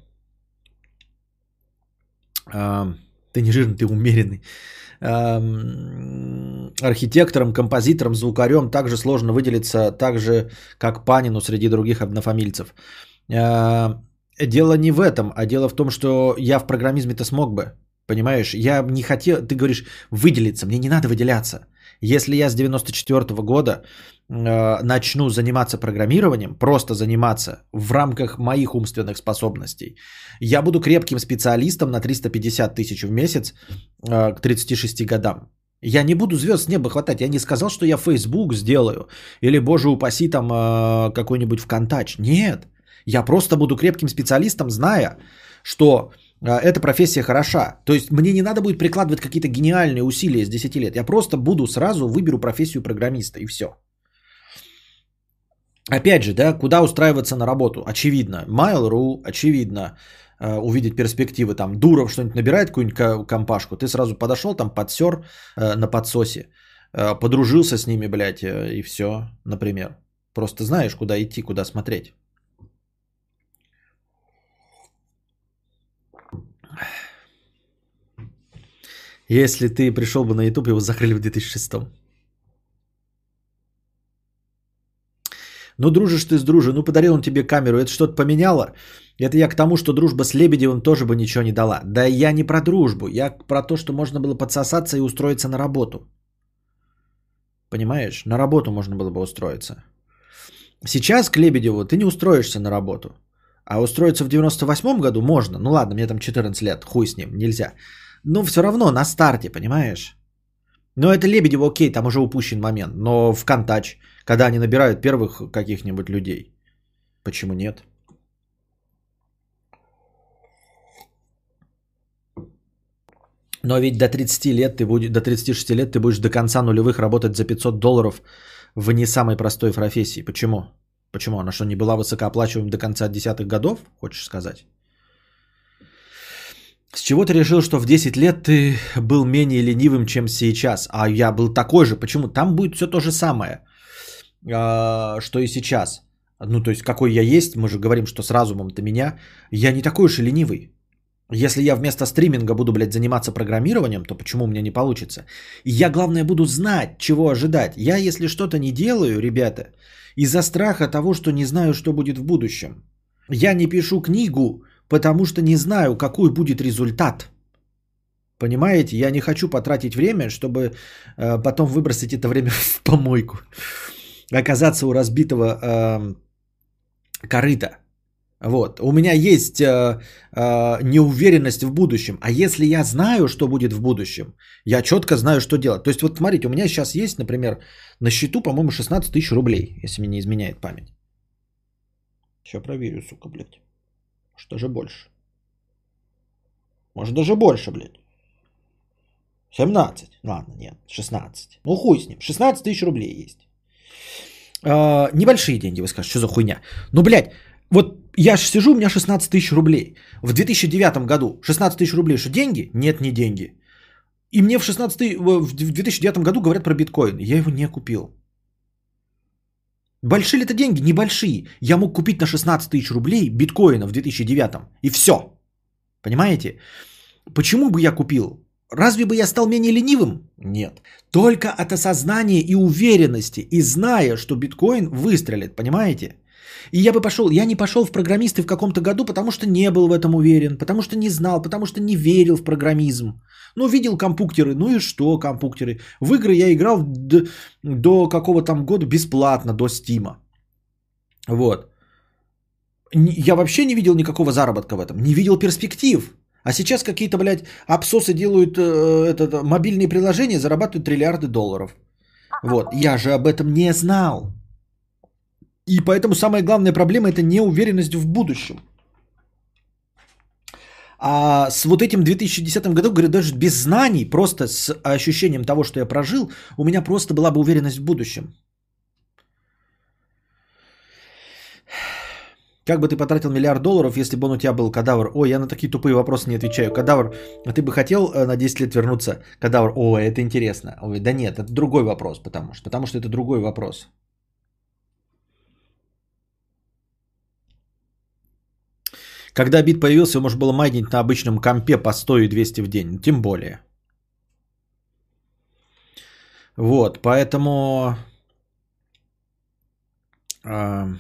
А, ты не жирный, ты умеренный. А, архитектором, композитором, звукарем также сложно выделиться, так же, как Панину среди других однофамильцев. А, дело не в этом, а дело в том, что я в программизме-то смог бы. Понимаешь, я не хотел, ты говоришь, выделиться, мне не надо выделяться. Если я с девяносто четвёртого года э, начну заниматься программированием, просто заниматься в рамках моих умственных способностей, я буду крепким специалистом на триста пятьдесят тысяч в месяц э, к тридцати шести годам. Я не буду звезд с неба хватать, я не сказал, что я Facebook сделаю, или, боже упаси, там э, какой-нибудь ВКонтач. Нет, я просто буду крепким специалистом, зная, что... Эта профессия хороша. То есть мне не надо будет прикладывать какие-то гениальные усилия с десяти лет. Я просто буду сразу выберу профессию программиста и все. Опять же, да, куда устраиваться на работу? Очевидно. Mail.ru, очевидно. Увидеть перспективы. Там Дуров что-нибудь набирает, какую-нибудь компашку. Ты сразу подошел, там подсер на подсосе. Подружился с ними, блядь, и все, например. Просто знаешь, куда идти, куда смотреть. Если ты пришел бы на YouTube, его закрыли в две тысячи шестом. Ну, дружишь ты с дружи, ну, подарил он тебе камеру, это что-то поменяло? Это я к тому, что дружба с Лебедевым тоже бы ничего не дала. Да я не про дружбу, я про то, что можно было подсосаться и устроиться на работу. Понимаешь? На работу можно было бы устроиться. Сейчас к Лебедеву ты не устроишься на работу. А устроиться в девяносто восьмом году можно. Ну ладно, мне там четырнадцать лет, хуй с ним, нельзя. Но все равно на старте, понимаешь? Но это Лебедева, окей, там уже упущен момент. Но в Контач, когда они набирают первых каких-нибудь людей, почему нет? Но ведь до тридцати лет ты будешь, до тридцати шести лет ты будешь до конца нулевых работать за пятьсот долларов в не самой простой профессии. Почему? Почему? Она что, не была высокооплачиваемой до конца десятых годов, хочешь сказать? С чего ты решил, что в десять лет ты был менее ленивым, чем сейчас? А я был такой же. Почему? Там будет все то же самое, что и сейчас. Ну, то есть, какой я есть, мы же говорим, что с разумом-то меня. Я не такой уж и ленивый. Если я вместо стриминга буду, блядь, заниматься программированием, то почему у меня не получится? И я, главное, буду знать, чего ожидать. Я, если что-то не делаю, ребята, из-за страха того, что не знаю, что будет в будущем. Я не пишу книгу, потому что не знаю, какой будет результат. Понимаете? Я не хочу потратить время, чтобы э, потом выбросить это время в помойку. Оказаться у разбитого э, корыта. Вот. У меня есть э, э, неуверенность в будущем. А если я знаю, что будет в будущем, я четко знаю, что делать. То есть, вот смотрите, у меня сейчас есть, например, на счету, по-моему, шестнадцать тысяч рублей, если мне не изменяет память. Сейчас проверю, сука, блядь. Может, даже больше. Может, даже больше, блядь. семнадцать. Ладно, нет, шестнадцать. Ну, хуй с ним. шестнадцать тысяч рублей есть. Э, небольшие деньги, вы скажете, что за хуйня. Ну, блядь, вот я же сижу, у меня шестнадцать тысяч рублей. В две тысячи девятом году шестнадцать тысяч рублей, что деньги? Нет, не деньги. И мне в, шестнадцать, в две тысячи девятом году говорят про биткоин. Я его не купил. Большие ли это деньги? Небольшие. Я мог купить на шестнадцать тысяч рублей биткоина в две тысячи девятом. И все. Понимаете? Почему бы я купил? Разве бы я стал менее ленивым? Нет. Только от осознания и уверенности, и зная, что биткоин выстрелит. Понимаете? И я бы пошел, я не пошел в программисты в каком-то году, потому что не был в этом уверен, потому что не знал, потому что не верил в программизм. Ну, видел компьютеры, ну и что компьютеры? В игры я играл до, до какого там года бесплатно, до Стима. Вот. Я вообще не видел никакого заработка в этом, не видел перспектив. А сейчас какие-то, блядь, абсосы делают э, это, мобильные приложения, зарабатывают триллиарды долларов. Вот, я же об этом не знал. И поэтому самая главная проблема – это неуверенность в будущем. А с вот этим две тысячи десятым году, говорю, даже без знаний, просто с ощущением того, что я прожил, у меня просто была бы уверенность в будущем. Как бы ты потратил миллиард долларов, если бы он у тебя был, кадавр? Ой, я на такие тупые вопросы не отвечаю. Кадавр, а ты бы хотел на десять лет вернуться? Кадавр, ой, это интересно. Ой, да нет, это другой вопрос, потому что, потому что это другой вопрос. Когда бит появился, его можно было майнить на обычном компе по сто и двести в день. Тем более. Вот, поэтому... Э,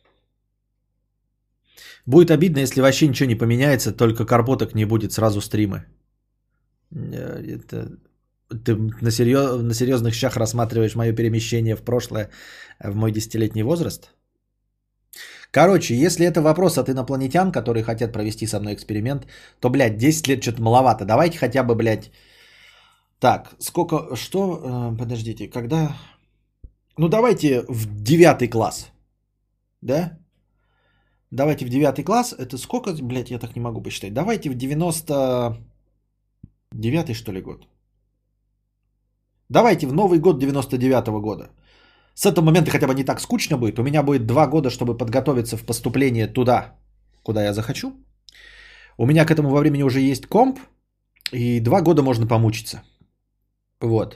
будет обидно, если вообще ничего не поменяется, только карботок не будет, сразу стримы. Это... Ты на, серьез... на серьезных щах рассматриваешь мое перемещение в прошлое, в мой десятилетний возраст? Короче, если это вопрос от инопланетян, которые хотят провести со мной эксперимент, то, блядь, десять лет что-то маловато. Давайте хотя бы, блядь... Так, сколько... Что? Подождите, когда... Ну, давайте в девятый класс. Да? Давайте в девятый класс. Это сколько, блядь, я так не могу посчитать. Давайте в девяносто девятый, что ли, год. Давайте в Новый год девяносто девятого года. С этого момента хотя бы не так скучно будет. У меня будет два года, чтобы подготовиться в поступление туда, куда я захочу. У меня к этому во времени уже есть комп. И два года можно помучиться. Вот.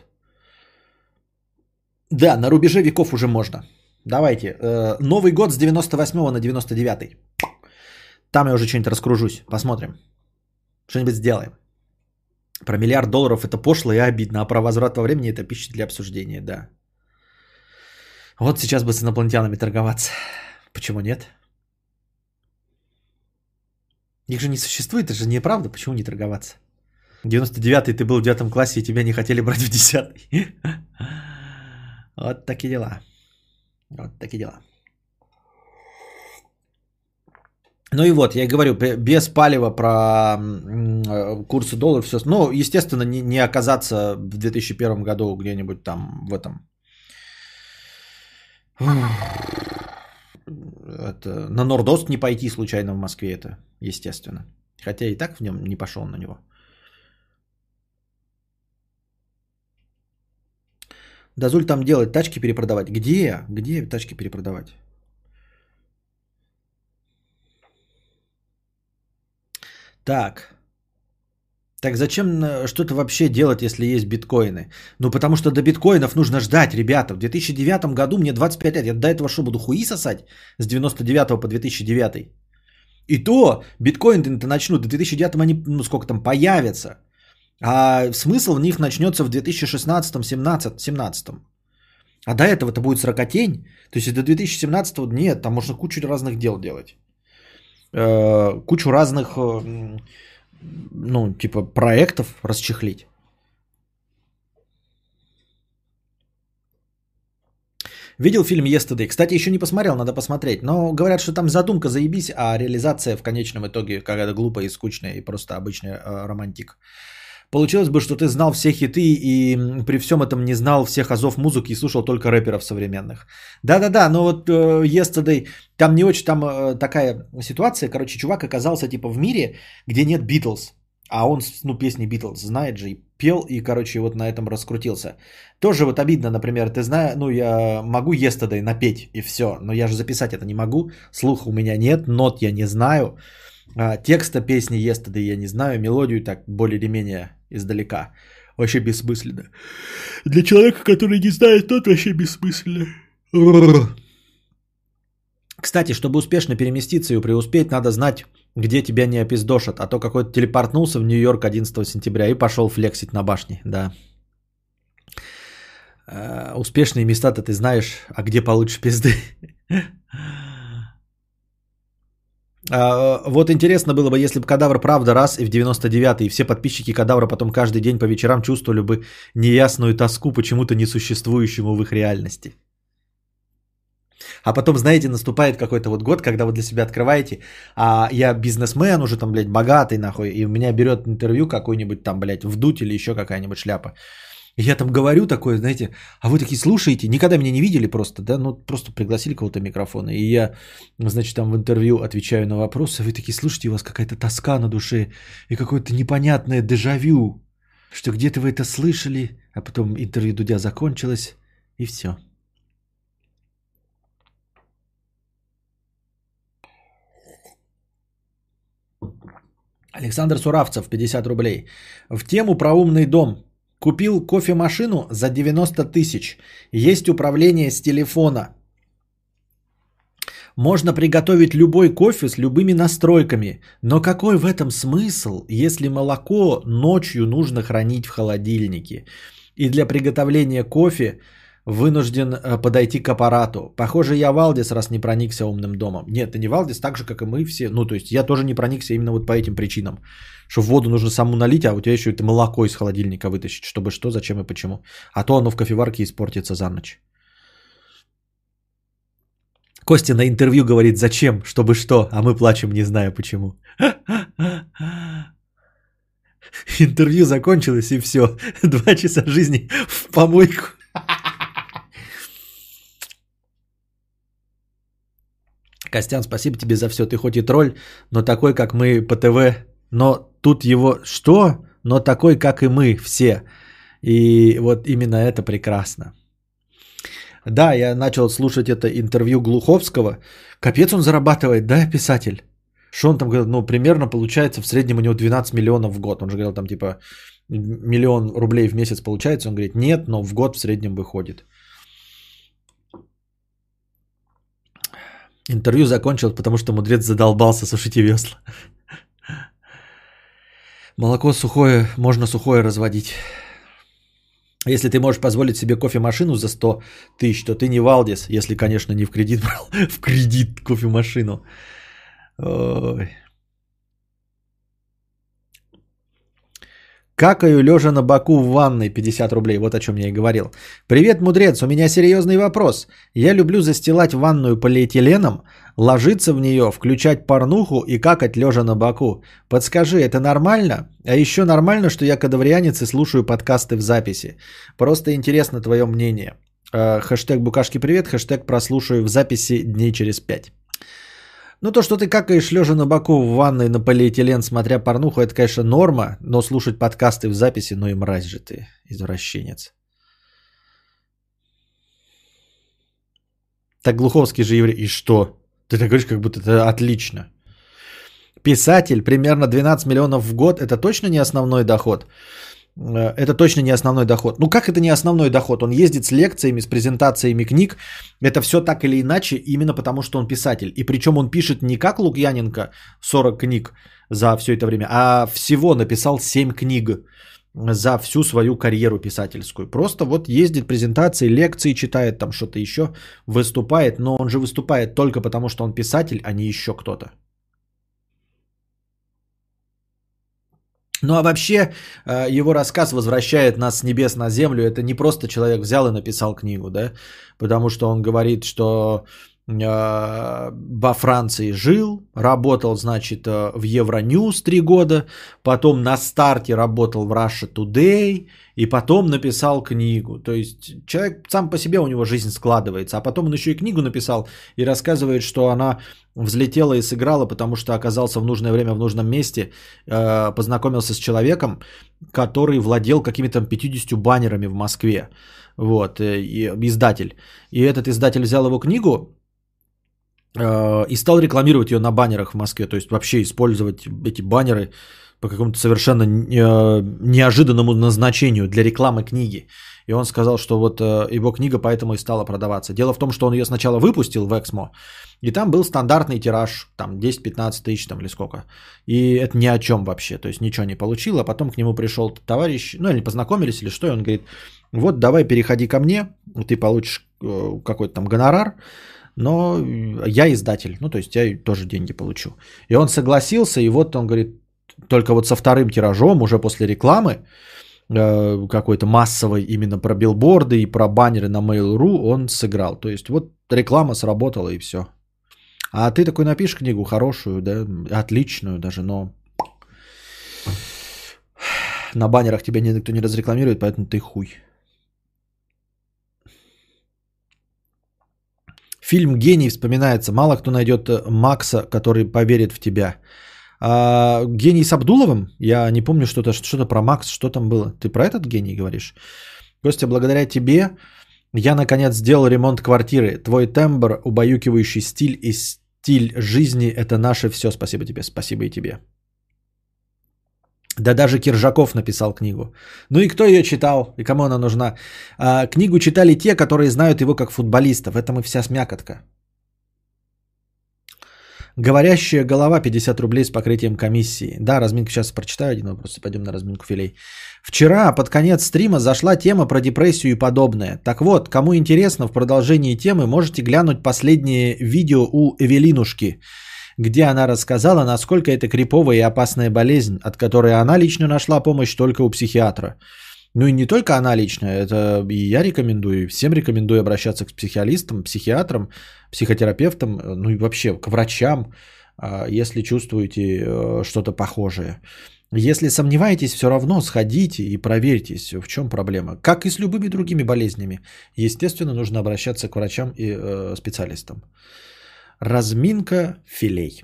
Да, на рубеже веков уже можно. Давайте. Э, Новый год с девяносто восьмого на девяносто девятый. Там я уже что-нибудь раскружусь. Посмотрим. Что-нибудь сделаем. Про миллиард долларов это пошло и обидно. А про возврат во времени это пища для обсуждения, да. Вот сейчас бы с инопланетянами торговаться. Почему нет? Их же не существует, это же неправда. Почему не торговаться? девяносто девятый ты был в девятом классе, и тебя не хотели брать в десятый. Вот такие дела. Вот такие дела. Ну и вот, я и говорю, без палева про курсы долларов, все. Ну, естественно, не, не оказаться в две тысячи первом году где-нибудь там в этом... Это, на Нордост не пойти случайно в Москве, это естественно. Хотя и так в нем не пошел на него. Дазуль там делать, тачки перепродавать. Где? Где тачки перепродавать? Так. Так зачем что-то вообще делать, если есть биткоины? Ну, потому что до биткоинов нужно ждать, ребята. В две тысячи девятом году мне двадцать пять лет. Я до этого что, буду хуи сосать? С девяносто девятого по две тысячи девятый. И то биткоины-то начнут. До две тысячи девятого они, ну, сколько там, появятся. А смысл в них начнется в две тысячи шестнадцатом, семнадцатом, семнадцатом. А до этого-то будет сорокотень. То есть до две тысячи семнадцатого нет, там можно кучу разных дел делать. Э-э- кучу разных... Э- ну, типа, проектов расчехлить. Видел фильм Yesterday? Кстати, еще не посмотрел, надо посмотреть. Но говорят, что там задумка заебись, а реализация в конечном итоге какая-то глупая и скучная, и просто обычный э, романтик. Получилось бы, что ты знал все хиты и при всем этом не знал всех азов музыки и слушал только рэперов современных. Да-да-да, но вот э, Yesterday, там не очень, там э, такая ситуация, короче, чувак оказался типа в мире, где нет Битлз, а он, ну, песни Битлз знает же и пел, и, короче, вот на этом раскрутился. Тоже вот обидно, например, ты знаешь, ну, я могу Yesterday напеть и все, но я же записать это не могу, слуха у меня нет, нот я не знаю, текста песни Yesterday я не знаю, мелодию так более или менее издалека. Вообще бессмысленно. Для человека, который не знает, тот вообще бессмысленно. Кстати, чтобы успешно переместиться и преуспеть, надо знать, где тебя не опиздошат. А то какой-то телепортнулся в Нью-Йорк одиннадцатого сентября и пошел флексить на башне. Да. Успешные места-то ты знаешь, а где получишь пизды? А, вот интересно было бы, если бы Кадавр правда раз и в девяносто девятый, и все подписчики Кадавра потом каждый день по вечерам чувствовали бы неясную тоску почему-то несуществующему в их реальности. А потом, знаете, наступает какой-то вот год, когда вы для себя открываете, а я бизнесмен уже там, блядь, богатый нахуй, и у меня берет интервью какой-нибудь там, блядь, вдуть или еще какая-нибудь шляпа. И я там говорю такое, знаете, а вы такие слушаете, никогда меня не видели просто, да, ну просто пригласили кого-то микрофона, и я, значит, там в интервью отвечаю на вопросы, вы такие слушайте, у вас какая-то тоска на душе и какое-то непонятное дежавю, что где-то вы это слышали, а потом интервью Дудя закончилось, и все. Александр Суравцев, пятьдесят рублей. В тему про умный дом. Купил кофемашину за девяносто тысяч. Есть управление с телефона. Можно приготовить любой кофе с любыми настройками. Но какой в этом смысл, если молоко ночью нужно хранить в холодильнике? И для приготовления кофе вынужден подойти к аппарату. Похоже, я Валдис, раз не проникся умным домом. Нет, ты не Валдис, так же, как и мы все. Ну, то есть, я тоже не проникся именно вот по этим причинам. Что воду нужно саму налить, а у тебя еще это молоко из холодильника вытащить. Чтобы что, зачем и почему. А то оно в кофеварке испортится за ночь. Костя на интервью говорит, зачем, чтобы что, а мы плачем, не зная почему. Интервью закончилось и все. Два часа жизни в помойку. Костян, спасибо тебе за все. Ты хоть и тролль, но такой, как мы по ТВ. Но тут его... Что? Но такой, как и мы все. И вот именно это прекрасно. Да, я начал слушать это интервью Глуховского. Капец он зарабатывает, да, писатель? Что он там говорил? Ну, примерно получается в среднем у него двенадцать миллионов в год. Он же говорил там типа миллион рублей в месяц получается. Он говорит, нет, но в год в среднем выходит. Интервью закончил, потому что мудрец задолбался сушить весла. Молоко сухое, можно сухое разводить. Если ты можешь позволить себе кофемашину за сто тысяч, то ты не Валдис, если, конечно, не в кредит брал. В кредит кофемашину. Ой. Какаю лежа на боку в ванной, пятьдесят рублей, вот о чем я и говорил. Привет, мудрец, у меня серьезный вопрос. Я люблю застилать ванную полиэтиленом, ложиться в нее, включать порнуху и какать лежа на боку. Подскажи, это нормально? А еще нормально, что я кадаврианец и слушаю подкасты в записи. Просто интересно твое мнение. Хэштег букашки привет, хэштег прослушаю в записи дней через пять. Ну, то, что ты какаешь лежа на боку в ванной на полиэтилен, смотря порнуху, это, конечно, норма, но слушать подкасты в записи, ну и мразь же ты, извращенец. Так Глуховский же еврей. И что? Ты так говоришь, как будто это отлично. Писатель примерно двенадцать миллионов в год. Это точно не основной доход? Это точно не основной доход. Ну как это не основной доход? Он ездит с лекциями, с презентациями книг. Это все так или иначе именно потому, что он писатель. И причем он пишет не как Лукьяненко сорок книг за все это время, а всего написал семь книг за всю свою карьеру писательскую. Просто вот ездит презентации, лекции читает, там что-то еще, выступает. Но он же выступает только потому, что он писатель, а не еще кто-то. Ну а вообще его рассказ возвращает нас с небес на землю. Это не просто человек взял и написал книгу, да, потому что он говорит, что э, во Франции жил, работал, значит, в Евроньюз три года, потом на старте работал в Russia Today и потом написал книгу. То есть человек сам по себе, у него жизнь складывается, а потом он еще и книгу написал и рассказывает, что она взлетела и сыграла, потому что оказался в нужное время в нужном месте, э, познакомился с человеком, который владел какими-то пятьюдесятью баннерами в Москве, вот, э, и, издатель. И этот издатель взял его книгу э, и стал рекламировать ее на баннерах в Москве, то есть вообще использовать эти баннеры по какому-то совершенно э, неожиданному назначению для рекламы книги. И он сказал, что вот э, его книга поэтому и стала продаваться. Дело в том, что он ее сначала выпустил в Эксмо, и там был стандартный тираж, там десять-пятнадцать тысяч там, или сколько. И это ни о чем вообще, то есть ничего не получил. А потом к нему пришел товарищ, ну или познакомились, или что, и он говорит, вот давай переходи ко мне, ты получишь э, какой-то там гонорар, но я издатель, ну то есть я тоже деньги получу. И он согласился, и вот он говорит, только вот со вторым тиражом, уже после рекламы, какой-то массовой именно про билборды и про баннеры на Mail.ru он сыграл. То есть вот реклама сработала и все. А ты такой напишешь книгу хорошую, да, отличную даже, но на баннерах тебя никто не разрекламирует, поэтому ты хуй. Фильм «Гений» вспоминается. Мало кто найдет Макса, который поверит в тебя. А «Гений» с Абдуловым? Я не помню что-то, что-то про Макс, что там было. Ты про этот «Гений» говоришь? Костя, благодаря тебе я наконец сделал ремонт квартиры. Твой тембр, убаюкивающий стиль и стиль жизни – это наше все. Спасибо тебе, спасибо и тебе. Да даже Киржаков написал книгу. Ну и кто ее читал? И кому она нужна? А, книгу читали те, которые знают его как футболиста. В этом и вся смякотка. Говорящая голова, пятьдесят рублей с покрытием комиссии. Да, разминку сейчас прочитаю один вопрос и пойдем на разминку филей. Вчера под конец стрима зашла тема про депрессию и подобное. Так вот, кому интересно, в продолжении темы можете глянуть последнее видео у Эвелинушки, где она рассказала, насколько это криповая и опасная болезнь, от которой она лично нашла помощь только у психиатра. Ну и не только она лично, это и я рекомендую, и всем рекомендую обращаться к психиалистам, психиатрам, психотерапевтам, ну и вообще к врачам, если чувствуете что-то похожее. Если сомневаетесь, все равно сходите и проверьтесь, в чем проблема. Как и с любыми другими болезнями. Естественно, нужно обращаться к врачам и э, специалистам. Разминка филей.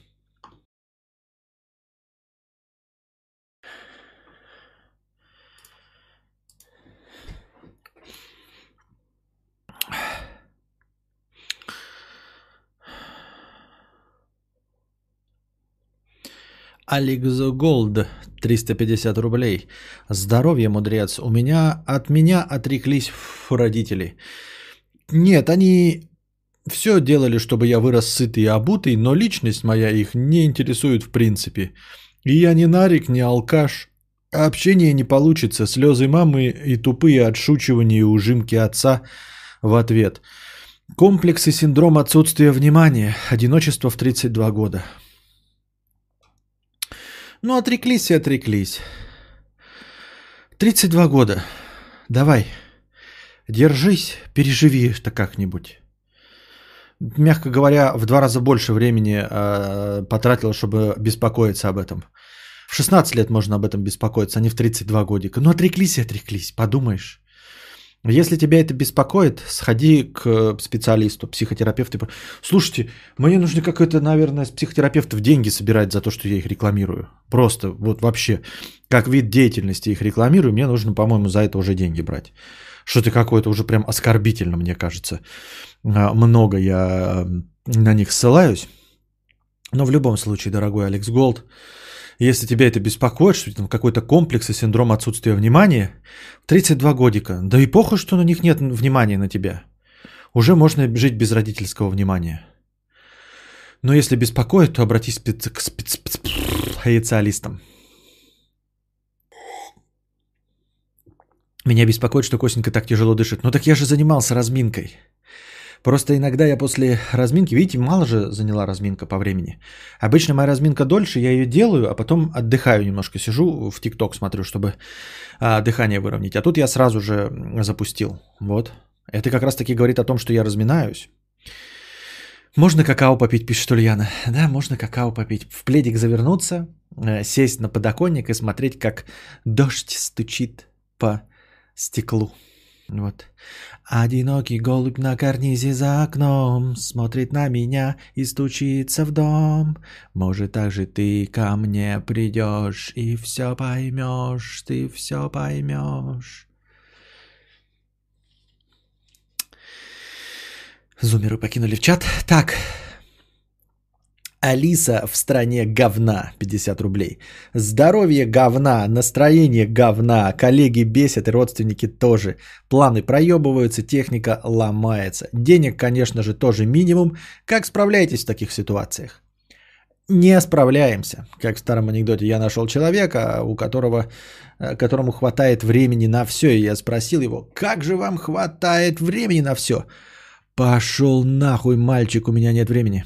Алекс Голд, триста пятьдесят рублей. Здоровье, мудрец. У меня, от меня отреклись родители. Нет, они все делали, чтобы я вырос сытый и обутый, но личность моя их не интересует в принципе. И я не нарик, не алкаш. А общение не получится. Слезы мамы и тупые отшучивания и ужимки отца в ответ. Комплекс и синдром отсутствия внимания. Одиночество в тридцать два года. Ну, отреклись и отреклись. тридцать два года. Давай, держись, переживи это как-нибудь. Мягко говоря, в два раза больше времени э, потратил, чтобы беспокоиться об этом. В шестнадцать лет можно об этом беспокоиться, а не в тридцать два годика. Ну, отреклись и отреклись, подумаешь. Если тебя это беспокоит, сходи к специалисту, психотерапевту. Слушайте, мне нужно какой-то, наверное, с психотерапевтов деньги собирать за то, что я их рекламирую. Просто вот вообще, как вид деятельности их рекламирую, мне нужно, по-моему, за это уже деньги брать. Что-то какое-то уже прям оскорбительно, мне кажется. Много я на них ссылаюсь. Но в любом случае, дорогой Алекс Голд, если тебя это беспокоит, что там какой-то комплекс и синдром отсутствия внимания, в тридцать два годика, да и похуй, что на них нет внимания на тебя. Уже можно жить без родительского внимания. Но если беспокоит, то обратись к специалистам. Меня беспокоит, что Костенька так тяжело дышит. Ну так я же занимался разминкой. Просто иногда я после разминки, видите, мало же заняла разминка по времени. Обычно моя разминка дольше, я ее делаю, а потом отдыхаю немножко, сижу в ТикТок смотрю, чтобы а, дыхание выровнять. А тут я сразу же запустил. Вот. Это как раз таки говорит о том, что я разминаюсь. Можно какао попить, пишет Ульяна. Да, можно какао попить. В пледик завернуться, сесть на подоконник и смотреть, как дождь стучит по стеклу. Вот. Одинокий голубь на карнизе за окном смотрит на меня и стучится в дом. Может, так же ты ко мне придешь и все поймешь, ты все поймешь. Зумеры покинули в чат. Так. Алиса в стране говна, пятьдесят рублей. Здоровье говна, настроение говна, коллеги бесят и родственники тоже. Планы проебываются, техника ломается. Денег, конечно же, тоже минимум. Как справляетесь в таких ситуациях? Не справляемся. Как в старом анекдоте, я нашел человека, у которого, которому хватает времени на все. И я спросил его, как же вам хватает времени на все? Пошел нахуй, мальчик, у меня нет времени.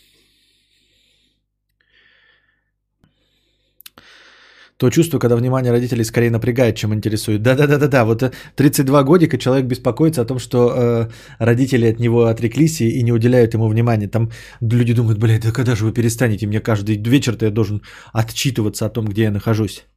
То чувство, когда внимание родителей скорее напрягает, чем интересует. Да-да-да-да-да, вот тридцать два годика человек беспокоится о том, что э, родители от него отреклись и, и не уделяют ему внимания. Там люди думают, блядь, да когда же вы перестанете? Мне каждый вечер-то я должен отчитываться о том, где я нахожусь.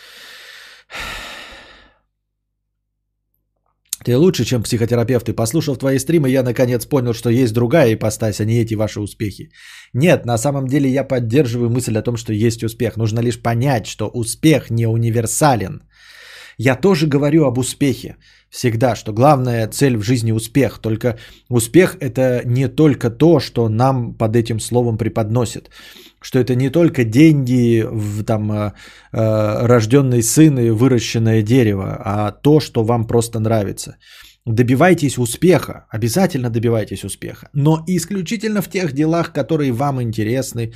Ты лучше, чем психотерапевт. И послушав твои стримы, я наконец понял, что есть другая ипостась, а не эти ваши успехи. Нет, на самом деле я поддерживаю мысль о том, что есть успех. Нужно лишь понять, что успех не универсален. Я тоже говорю об успехе всегда, что главная цель в жизни успех. Только успех это не только то, что нам под этим словом преподносят. Что это не только деньги, там, э, рожденный сын и выращенное дерево, а то, что вам просто нравится. Добивайтесь успеха, обязательно добивайтесь успеха, но исключительно в тех делах, которые вам интересны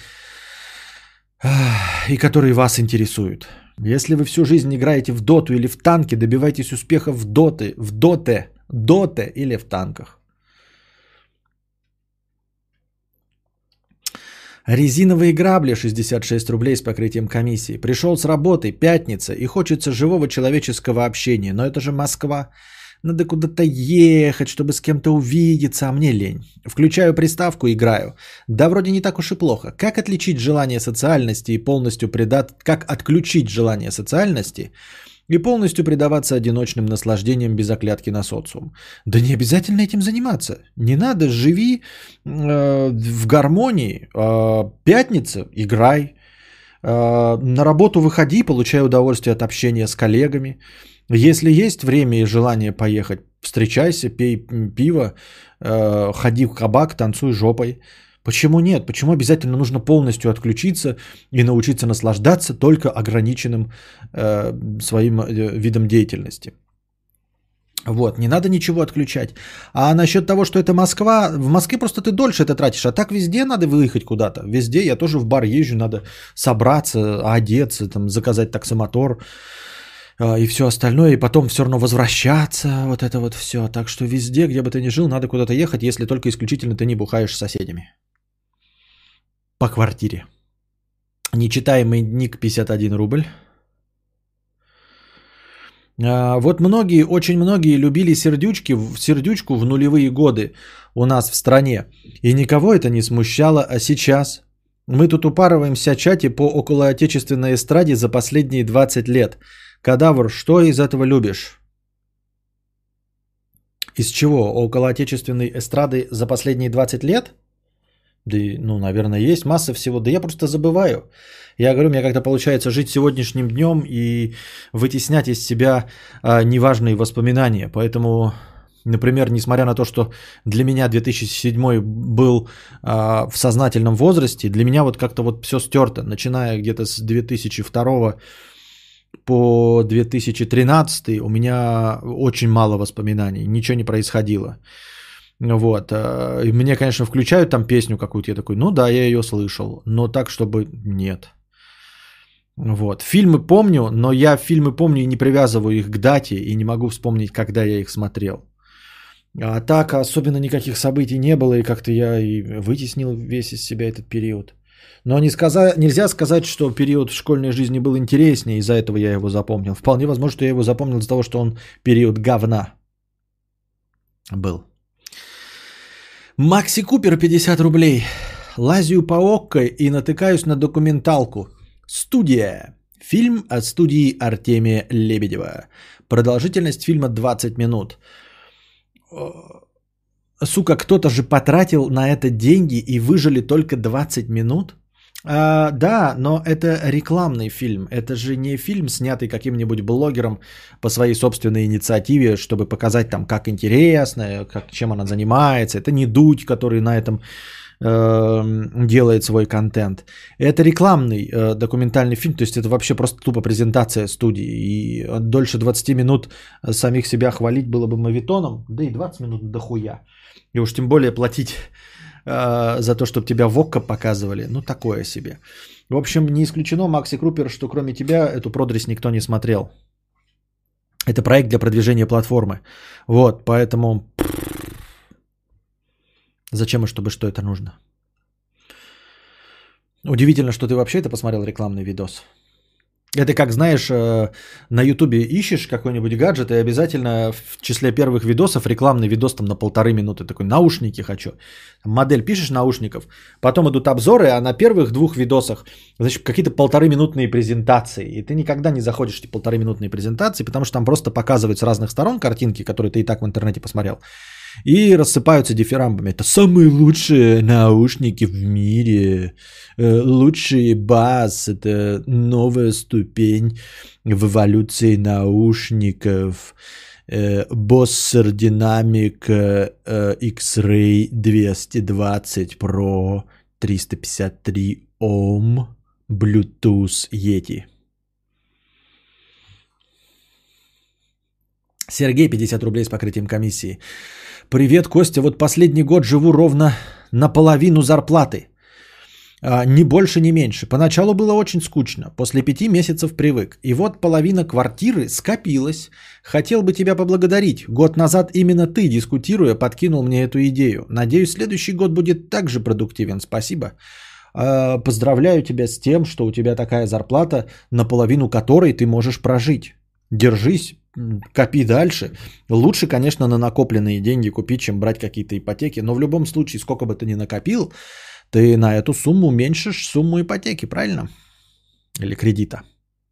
и которые вас интересуют. Если вы всю жизнь играете в доту или в танки, добивайтесь успеха в доты, в доте, доте или в танках. Резиновые грабли, шестьдесят шесть рублей с покрытием комиссии. Пришел с работы, пятница, и хочется живого человеческого общения. Но это же Москва. Надо куда-то ехать, чтобы с кем-то увидеться, а мне лень. Включаю приставку, играю. Да вроде не так уж и плохо. Как отличить желание социальности и полностью предать... Как отключить желание социальности и полностью предаваться одиночным наслаждениям без оглядки на социум? Да не обязательно этим заниматься. Не надо, живи э, в гармонии. Э, пятница, играй. Э, на работу выходи, получай удовольствие от общения с коллегами. Если есть время и желание поехать, встречайся, пей пиво, э, ходи в кабак, танцуй жопой. Почему нет? Почему обязательно нужно полностью отключиться и научиться наслаждаться только ограниченным э, своим э, видом деятельности? Вот, не надо ничего отключать. А насчет того, что это Москва, в Москве просто ты дольше это тратишь, а так везде надо выехать куда-то. Везде, я тоже в бар езжу, надо собраться, одеться, там, заказать таксомотор и все остальное, и потом все равно возвращаться, вот это вот все. Так что везде, где бы ты ни жил, надо куда-то ехать, если только исключительно ты не бухаешь с соседями. По квартире. Нечитаемый ник пятьдесят один рубль. А, вот многие, очень многие любили сердючки, сердючку в нулевые годы у нас в стране. И никого это не смущало, а сейчас... Мы тут упарываемся в чате по околоотечественной эстраде за последние двадцать лет. Кадавр, что из этого любишь? Из чего? Около отечественной эстрады за последние двадцать лет? Да, ну, наверное, есть масса всего. Да я просто забываю. Я говорю, у меня как-то получается жить сегодняшним днем и вытеснять из себя а, неважные воспоминания. Поэтому Например, несмотря на то, что для меня две тысячи седьмой был э, в сознательном возрасте, для меня вот как-то вот все стерто, начиная где-то с две тысячи второго по две тысячи тринадцатый у меня очень мало воспоминаний, ничего не происходило. Вот. И мне, конечно, включают там песню какую-то, я такой, ну да, я ее слышал, но так, чтобы нет. Вот. Фильмы помню, но я фильмы помню и не привязываю их к дате, и не могу вспомнить, когда я их смотрел. А так особенно никаких событий не было, и как-то я и вытеснил весь из себя этот период. Но не сказа... нельзя сказать, что период в школьной жизни был интереснее, из-за этого я его запомнил. Вполне возможно, что я его запомнил из-за того, что он период говна был. Макси Купер, пятьдесят рублей. Лазю по ОККО и натыкаюсь на документалку. Студия. Фильм от студии Артемия Лебедева. Продолжительность фильма двадцать минут. Сука, кто-то же потратил на это деньги и выжили только двадцать минут? А, да, но это рекламный фильм. Это же не фильм, снятый каким-нибудь блогером по своей собственной инициативе, чтобы показать там, как интересно, как, чем она занимается. Это не Дудь, который на этом э, делает свой контент. Это рекламный э, документальный фильм, то есть это вообще просто тупо презентация студии. И дольше двадцати минут самих себя хвалить было бы мавитоном, да и двадцать минут дохуя. И уж тем более платить э, за то, чтобы тебя в ОККО показывали. Ну, такое себе. В общем, не исключено, Макси Крупер, что кроме тебя эту продресь никто не смотрел. Это проект для продвижения платформы. Вот, поэтому... Зачем и чтобы что это нужно? Удивительно, что ты вообще это посмотрел, рекламный видос. Это как, знаешь, на Ютубе ищешь какой-нибудь гаджет, и обязательно в числе первых видосов рекламный видос там на полторы минуты. Такой, наушники хочу. Модель пишешь наушников, потом идут обзоры, а на первых двух видосах, значит, какие-то полторы-минутные презентации. И ты никогда не заходишь в эти полторы-минутные презентации, потому что там просто показывают с разных сторон картинки, которые ты и так в интернете посмотрел. И рассыпаются дифирамбами. Это самые лучшие наушники в мире. Лучший бас. Это новая ступень в эволюции наушников. Bosser Dynamic X-Ray двести двадцать Pro триста пятьдесят три Ом Bluetooth Yeti. Сергей, пятьдесят рублей с покрытием комиссии. Привет, Костя. Вот последний год живу ровно наполовину зарплаты. А, ни больше, ни меньше. Поначалу было очень скучно. После пяти месяцев привык. И вот половина квартиры скопилась. Хотел бы тебя поблагодарить. Год назад именно ты, дискутируя, подкинул мне эту идею. Надеюсь, следующий год будет также продуктивен. Спасибо. А, поздравляю тебя с тем, что у тебя такая зарплата, наполовину которой ты можешь прожить. Держись. Копи дальше. Лучше, конечно, на накопленные деньги купить, чем брать какие-то ипотеки. Но в любом случае, сколько бы ты ни накопил, ты на эту сумму уменьшишь сумму ипотеки, правильно? Или кредита.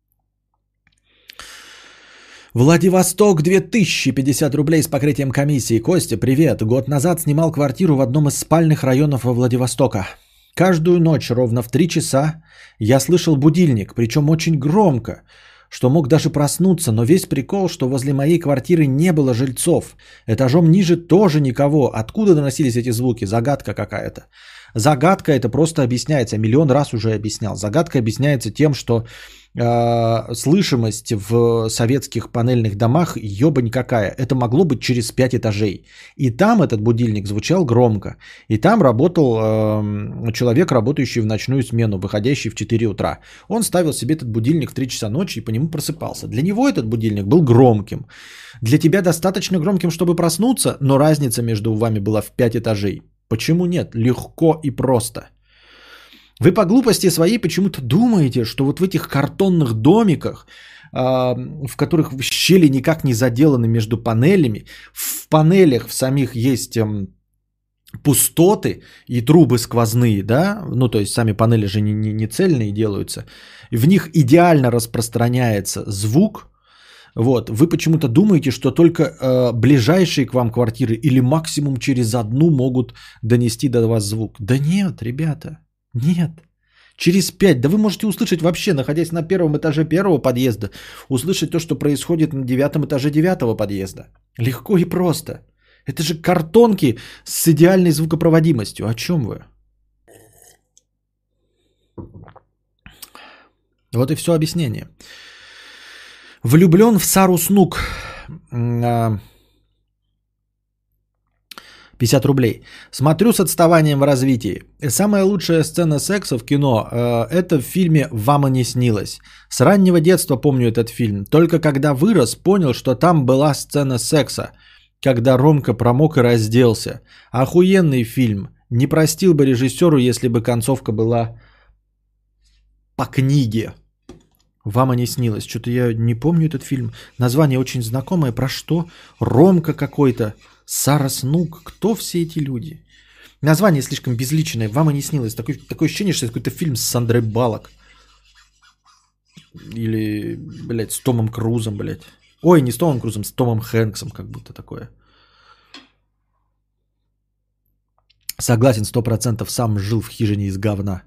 Владивосток две тысячи пятьдесят рублей с покрытием комиссии. Костя, привет. Год назад снимал квартиру в одном из спальных районов во Владивостока. Каждую ночь ровно в три часа я слышал будильник, причем очень громко, что мог даже проснуться, но весь прикол, что возле моей квартиры не было жильцов. Этажом ниже тоже никого. Откуда доносились эти звуки? Загадка какая-то. Загадка это просто объясняется. Миллион раз уже объяснял. Загадка объясняется тем, что э, слышимость в советских панельных домах ебань какая. Это могло быть через пять этажей. И там этот будильник звучал громко. И там работал э, человек, работающий в ночную смену, выходящий в четыре утра. Он ставил себе этот будильник в три часа ночи и по нему просыпался. Для него этот будильник был громким. Для тебя достаточно громким, чтобы проснуться, но разница между вами была в пять этажей. Почему нет? Легко и просто. Вы по глупости своей почему-то думаете, что вот в этих картонных домиках, в которых щели никак не заделаны между панелями, в панелях в самих есть пустоты и трубы сквозные, да, ну то есть сами панели же не, не, не цельные делаются, в них идеально распространяется звук. Вот, вы почему-то думаете, что только э, ближайшие к вам квартиры или максимум через одну могут донести до вас звук. Да нет, ребята, нет. Через пять, да вы можете услышать вообще, находясь на первом этаже первого подъезда, услышать то, что происходит на девятом этаже девятого подъезда. Легко и просто. Это же картонки с идеальной звукопроводимостью. О чем вы? Вот и все объяснение. Влюблен в Сару Снук. пятьдесят рублей. Смотрю с отставанием в развитии. Самая лучшая сцена секса в кино э, это в фильме «Вам и не снилось». С раннего детства помню этот фильм. Только когда вырос, понял, что там была сцена секса. Когда Ромка промок и разделся. Охуенный фильм. Не простил бы режиссеру, если бы концовка была по книге. «Вам и не снилось». Что-то я не помню этот фильм. Название очень знакомое. Про что? Ромка какой-то. Сара Снук. Кто все эти люди? Название слишком безличное. «Вам и не снилось». Такое, такое ощущение, что это какой-то фильм с Сандрой Баллок. Или, блядь, с Томом Крузом, блядь. Ой, не с Томом Крузом, с Томом Хэнксом, как будто такое. Согласен, сто процентов сам жил в хижине из говна.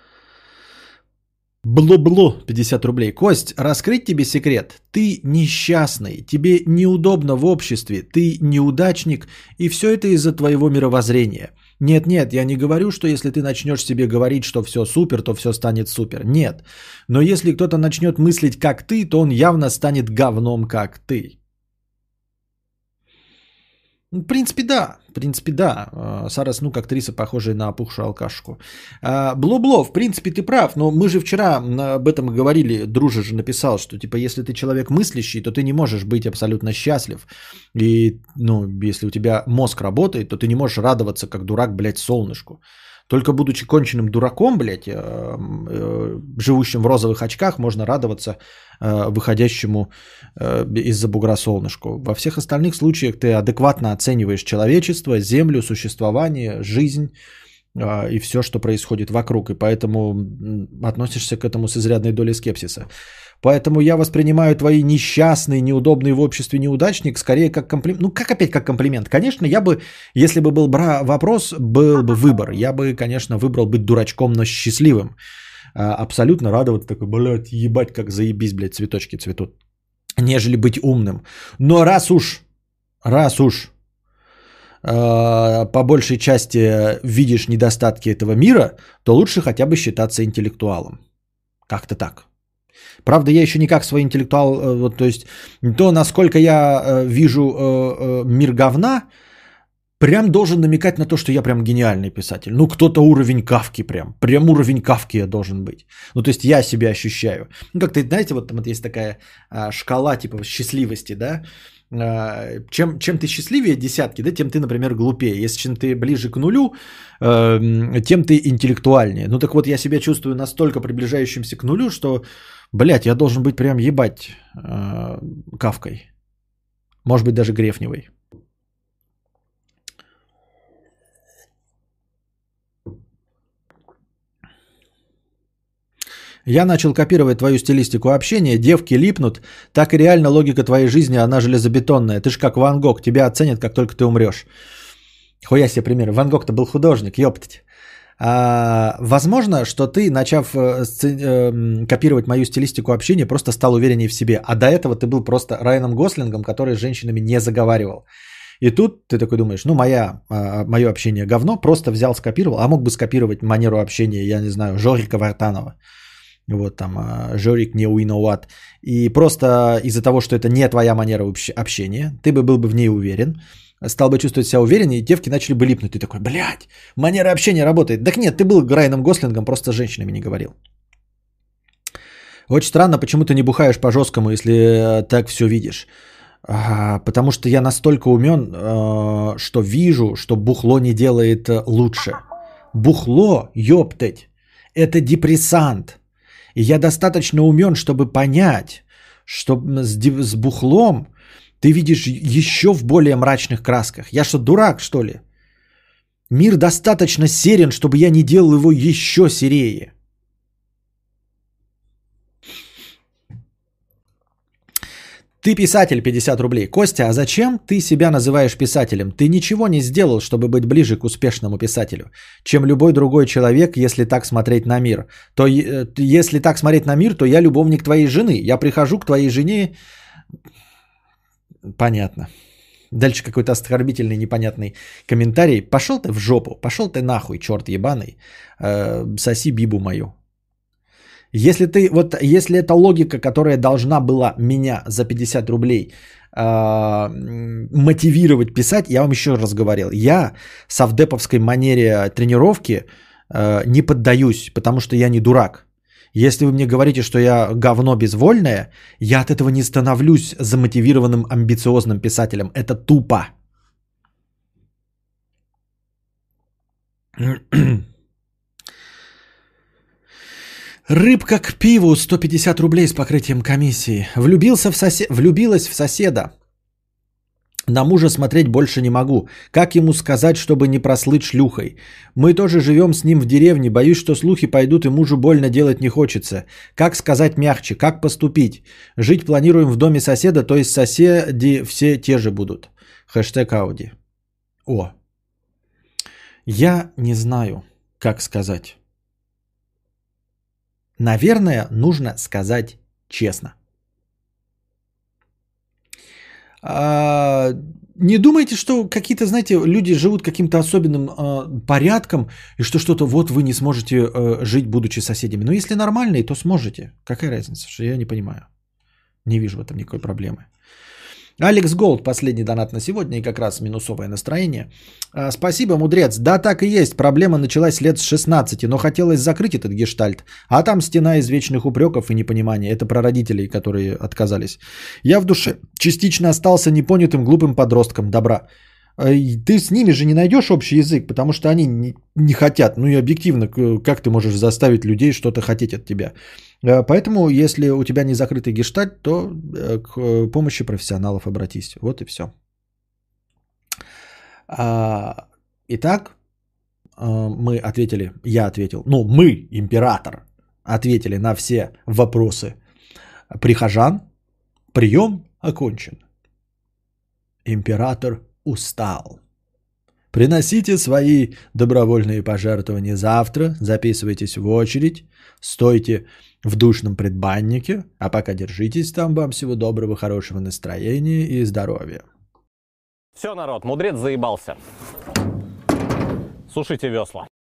Блу-блу, пятьдесят рублей. Кость, раскрыть тебе секрет. Ты несчастный, тебе неудобно в обществе, ты неудачник, и все это из-за твоего мировоззрения. Нет-нет, я не говорю, что если ты начнешь себе говорить, что все супер, то все станет супер. Нет. Но если кто-то начнет мыслить как ты, то он явно станет говном как ты. В принципе, да. В принципе, да. Сара Снук, актриса, похожая на опухшую алкашку. Бло-бло, в принципе, ты прав. Но мы же вчера об этом говорили. Дружа же написал, что типа, если ты человек мыслящий, то ты не можешь быть абсолютно счастлив. И, ну, если у тебя мозг работает, то ты не можешь радоваться, как дурак, блядь, солнышку. Только будучи конченным дураком, блядь, живущим в розовых очках, можно радоваться выходящему из-за бугра солнышку. Во всех остальных случаях ты адекватно оцениваешь человечество, землю, существование, жизнь и все, что происходит вокруг. И поэтому относишься к этому с изрядной долей скепсиса. Поэтому я воспринимаю твои несчастный, неудобный в обществе неудачник скорее как комплимент. Ну, как опять как комплимент? Конечно, я бы, если бы был бра- вопрос, был бы выбор. Я бы, конечно, выбрал быть дурачком, но счастливым. А, абсолютно радоваться такой, блядь, ебать, как заебись, блядь, цветочки цветут. Нежели быть умным. Но раз уж, раз уж э, по большей части видишь недостатки этого мира, то лучше хотя бы считаться интеллектуалом. Как-то так. Правда, я еще никак свой интеллектуал, вот, то есть то, насколько я э, вижу э, э, мир говна, прям должен намекать на то, что я прям гениальный писатель. Ну, кто-то уровень Кафки прям, прям уровень Кафки я должен быть. Ну, то есть я себя ощущаю. Ну, как-то, знаете, вот там вот есть такая э, шкала типа счастливости, да, э, чем, чем ты счастливее десятки, да, тем ты, например, глупее. Если чем ты ближе к нулю, э, тем ты интеллектуальнее. Ну, так вот, я себя чувствую настолько приближающимся к нулю, что... Блять, я должен быть прям ебать э, Кавкой. Может быть, даже Грефневой. Я начал копировать твою стилистику общения, девки липнут, так и реально логика твоей жизни, она железобетонная. Ты ж как Ван Гог, тебя оценят, как только ты умрешь. Хуя себе пример. Ван Гог-то был художник, ёптать. А, возможно, что ты, начав э, э, копировать мою стилистику общения, просто стал увереннее в себе. А до этого ты был просто Райаном Гослингом, который с женщинами не заговаривал. И тут ты такой думаешь, ну, моя, э, мое общение говно, просто взял, скопировал. А мог бы скопировать манеру общения, я не знаю, Жорика Вартанова. Вот там, э, Жорик не уиноват. И просто из-за того, что это не твоя манера общения, ты бы был бы в ней уверен. Стал бы чувствовать себя увереннее, и девки начали бы липнуть. Ты такой, блядь, манера общения работает. Так нет, ты был Райаном Гослингом, просто с женщинами не говорил. Очень странно, почему ты не бухаешь по-жесткому, если так все видишь. А, потому что я настолько умен, а, что вижу, что бухло не делает лучше. Бухло, ёптать, это депрессант. И я достаточно умен, чтобы понять, что с, с бухлом ты видишь еще в более мрачных красках. Я что, дурак, что ли? Мир достаточно серен, чтобы я не делал его еще серее. Ты писатель, пятьдесят рублей. Костя, а зачем ты себя называешь писателем? Ты ничего не сделал, чтобы быть ближе к успешному писателю, чем любой другой человек, если так смотреть на мир. То если так смотреть на мир, то я любовник твоей жены. Я прихожу к твоей жене... Понятно. Дальше какой-то оскорбительный непонятный комментарий. Пошел ты в жопу, пошел ты нахуй, черт ебаный, э, соси бибу мою. Если ты, вот если это логика, которая должна была меня за пятьдесят рублей э, мотивировать писать, я вам еще раз говорил, я совдеповской манере тренировки э, не поддаюсь, потому что я не дурак. Если вы мне говорите, что я говно безвольное, я от этого не становлюсь замотивированным амбициозным писателем. Это тупо. Рыбка к пиву сто пятьдесят рублей с покрытием комиссии. Влюбился в сосед... Влюбилась в соседа. На мужа смотреть больше не могу. Как ему сказать, чтобы не прослыть шлюхой? Мы тоже живем с ним в деревне. Боюсь, что слухи пойдут и мужу больно делать не хочется. Как сказать мягче? Как поступить? Жить планируем в доме соседа, то есть соседи все те же будут. Хэштег Ауди. О. Я не знаю, как сказать. Наверное, нужно сказать честно. А, не думайте, что какие-то, знаете, люди живут каким-то особенным а, порядком, и что что-то вот вы не сможете а, жить, будучи соседями. Но если нормальные, то сможете. Какая разница? Что я не понимаю. Не вижу в этом никакой проблемы. Алекс Голд, последний донат на сегодня, и как раз минусовое настроение. А, спасибо, мудрец. Да, так и есть. Проблема началась лет с шестнадцати, но хотелось закрыть этот гештальт. А там стена из вечных упреков и непонимания. Это про родителей, которые отказались. Я в душе частично остался непонятым глупым подростком. Добра. И ты с ними же не найдешь общий язык, потому что они не, не хотят. Ну и объективно, как ты можешь заставить людей что-то хотеть от тебя? Поэтому, если у тебя не закрытый гештальт, то к помощи профессионалов обратись. Вот и все. Итак, мы ответили, я ответил, ну мы, император, ответили на все вопросы прихожан. Прием окончен. Император устал. Приносите свои добровольные пожертвования завтра, записывайтесь в очередь, стойте в душном предбаннике, а пока держитесь там, вам всего доброго, хорошего настроения и здоровья. Все, народ, мудрец заебался. Сушите весла.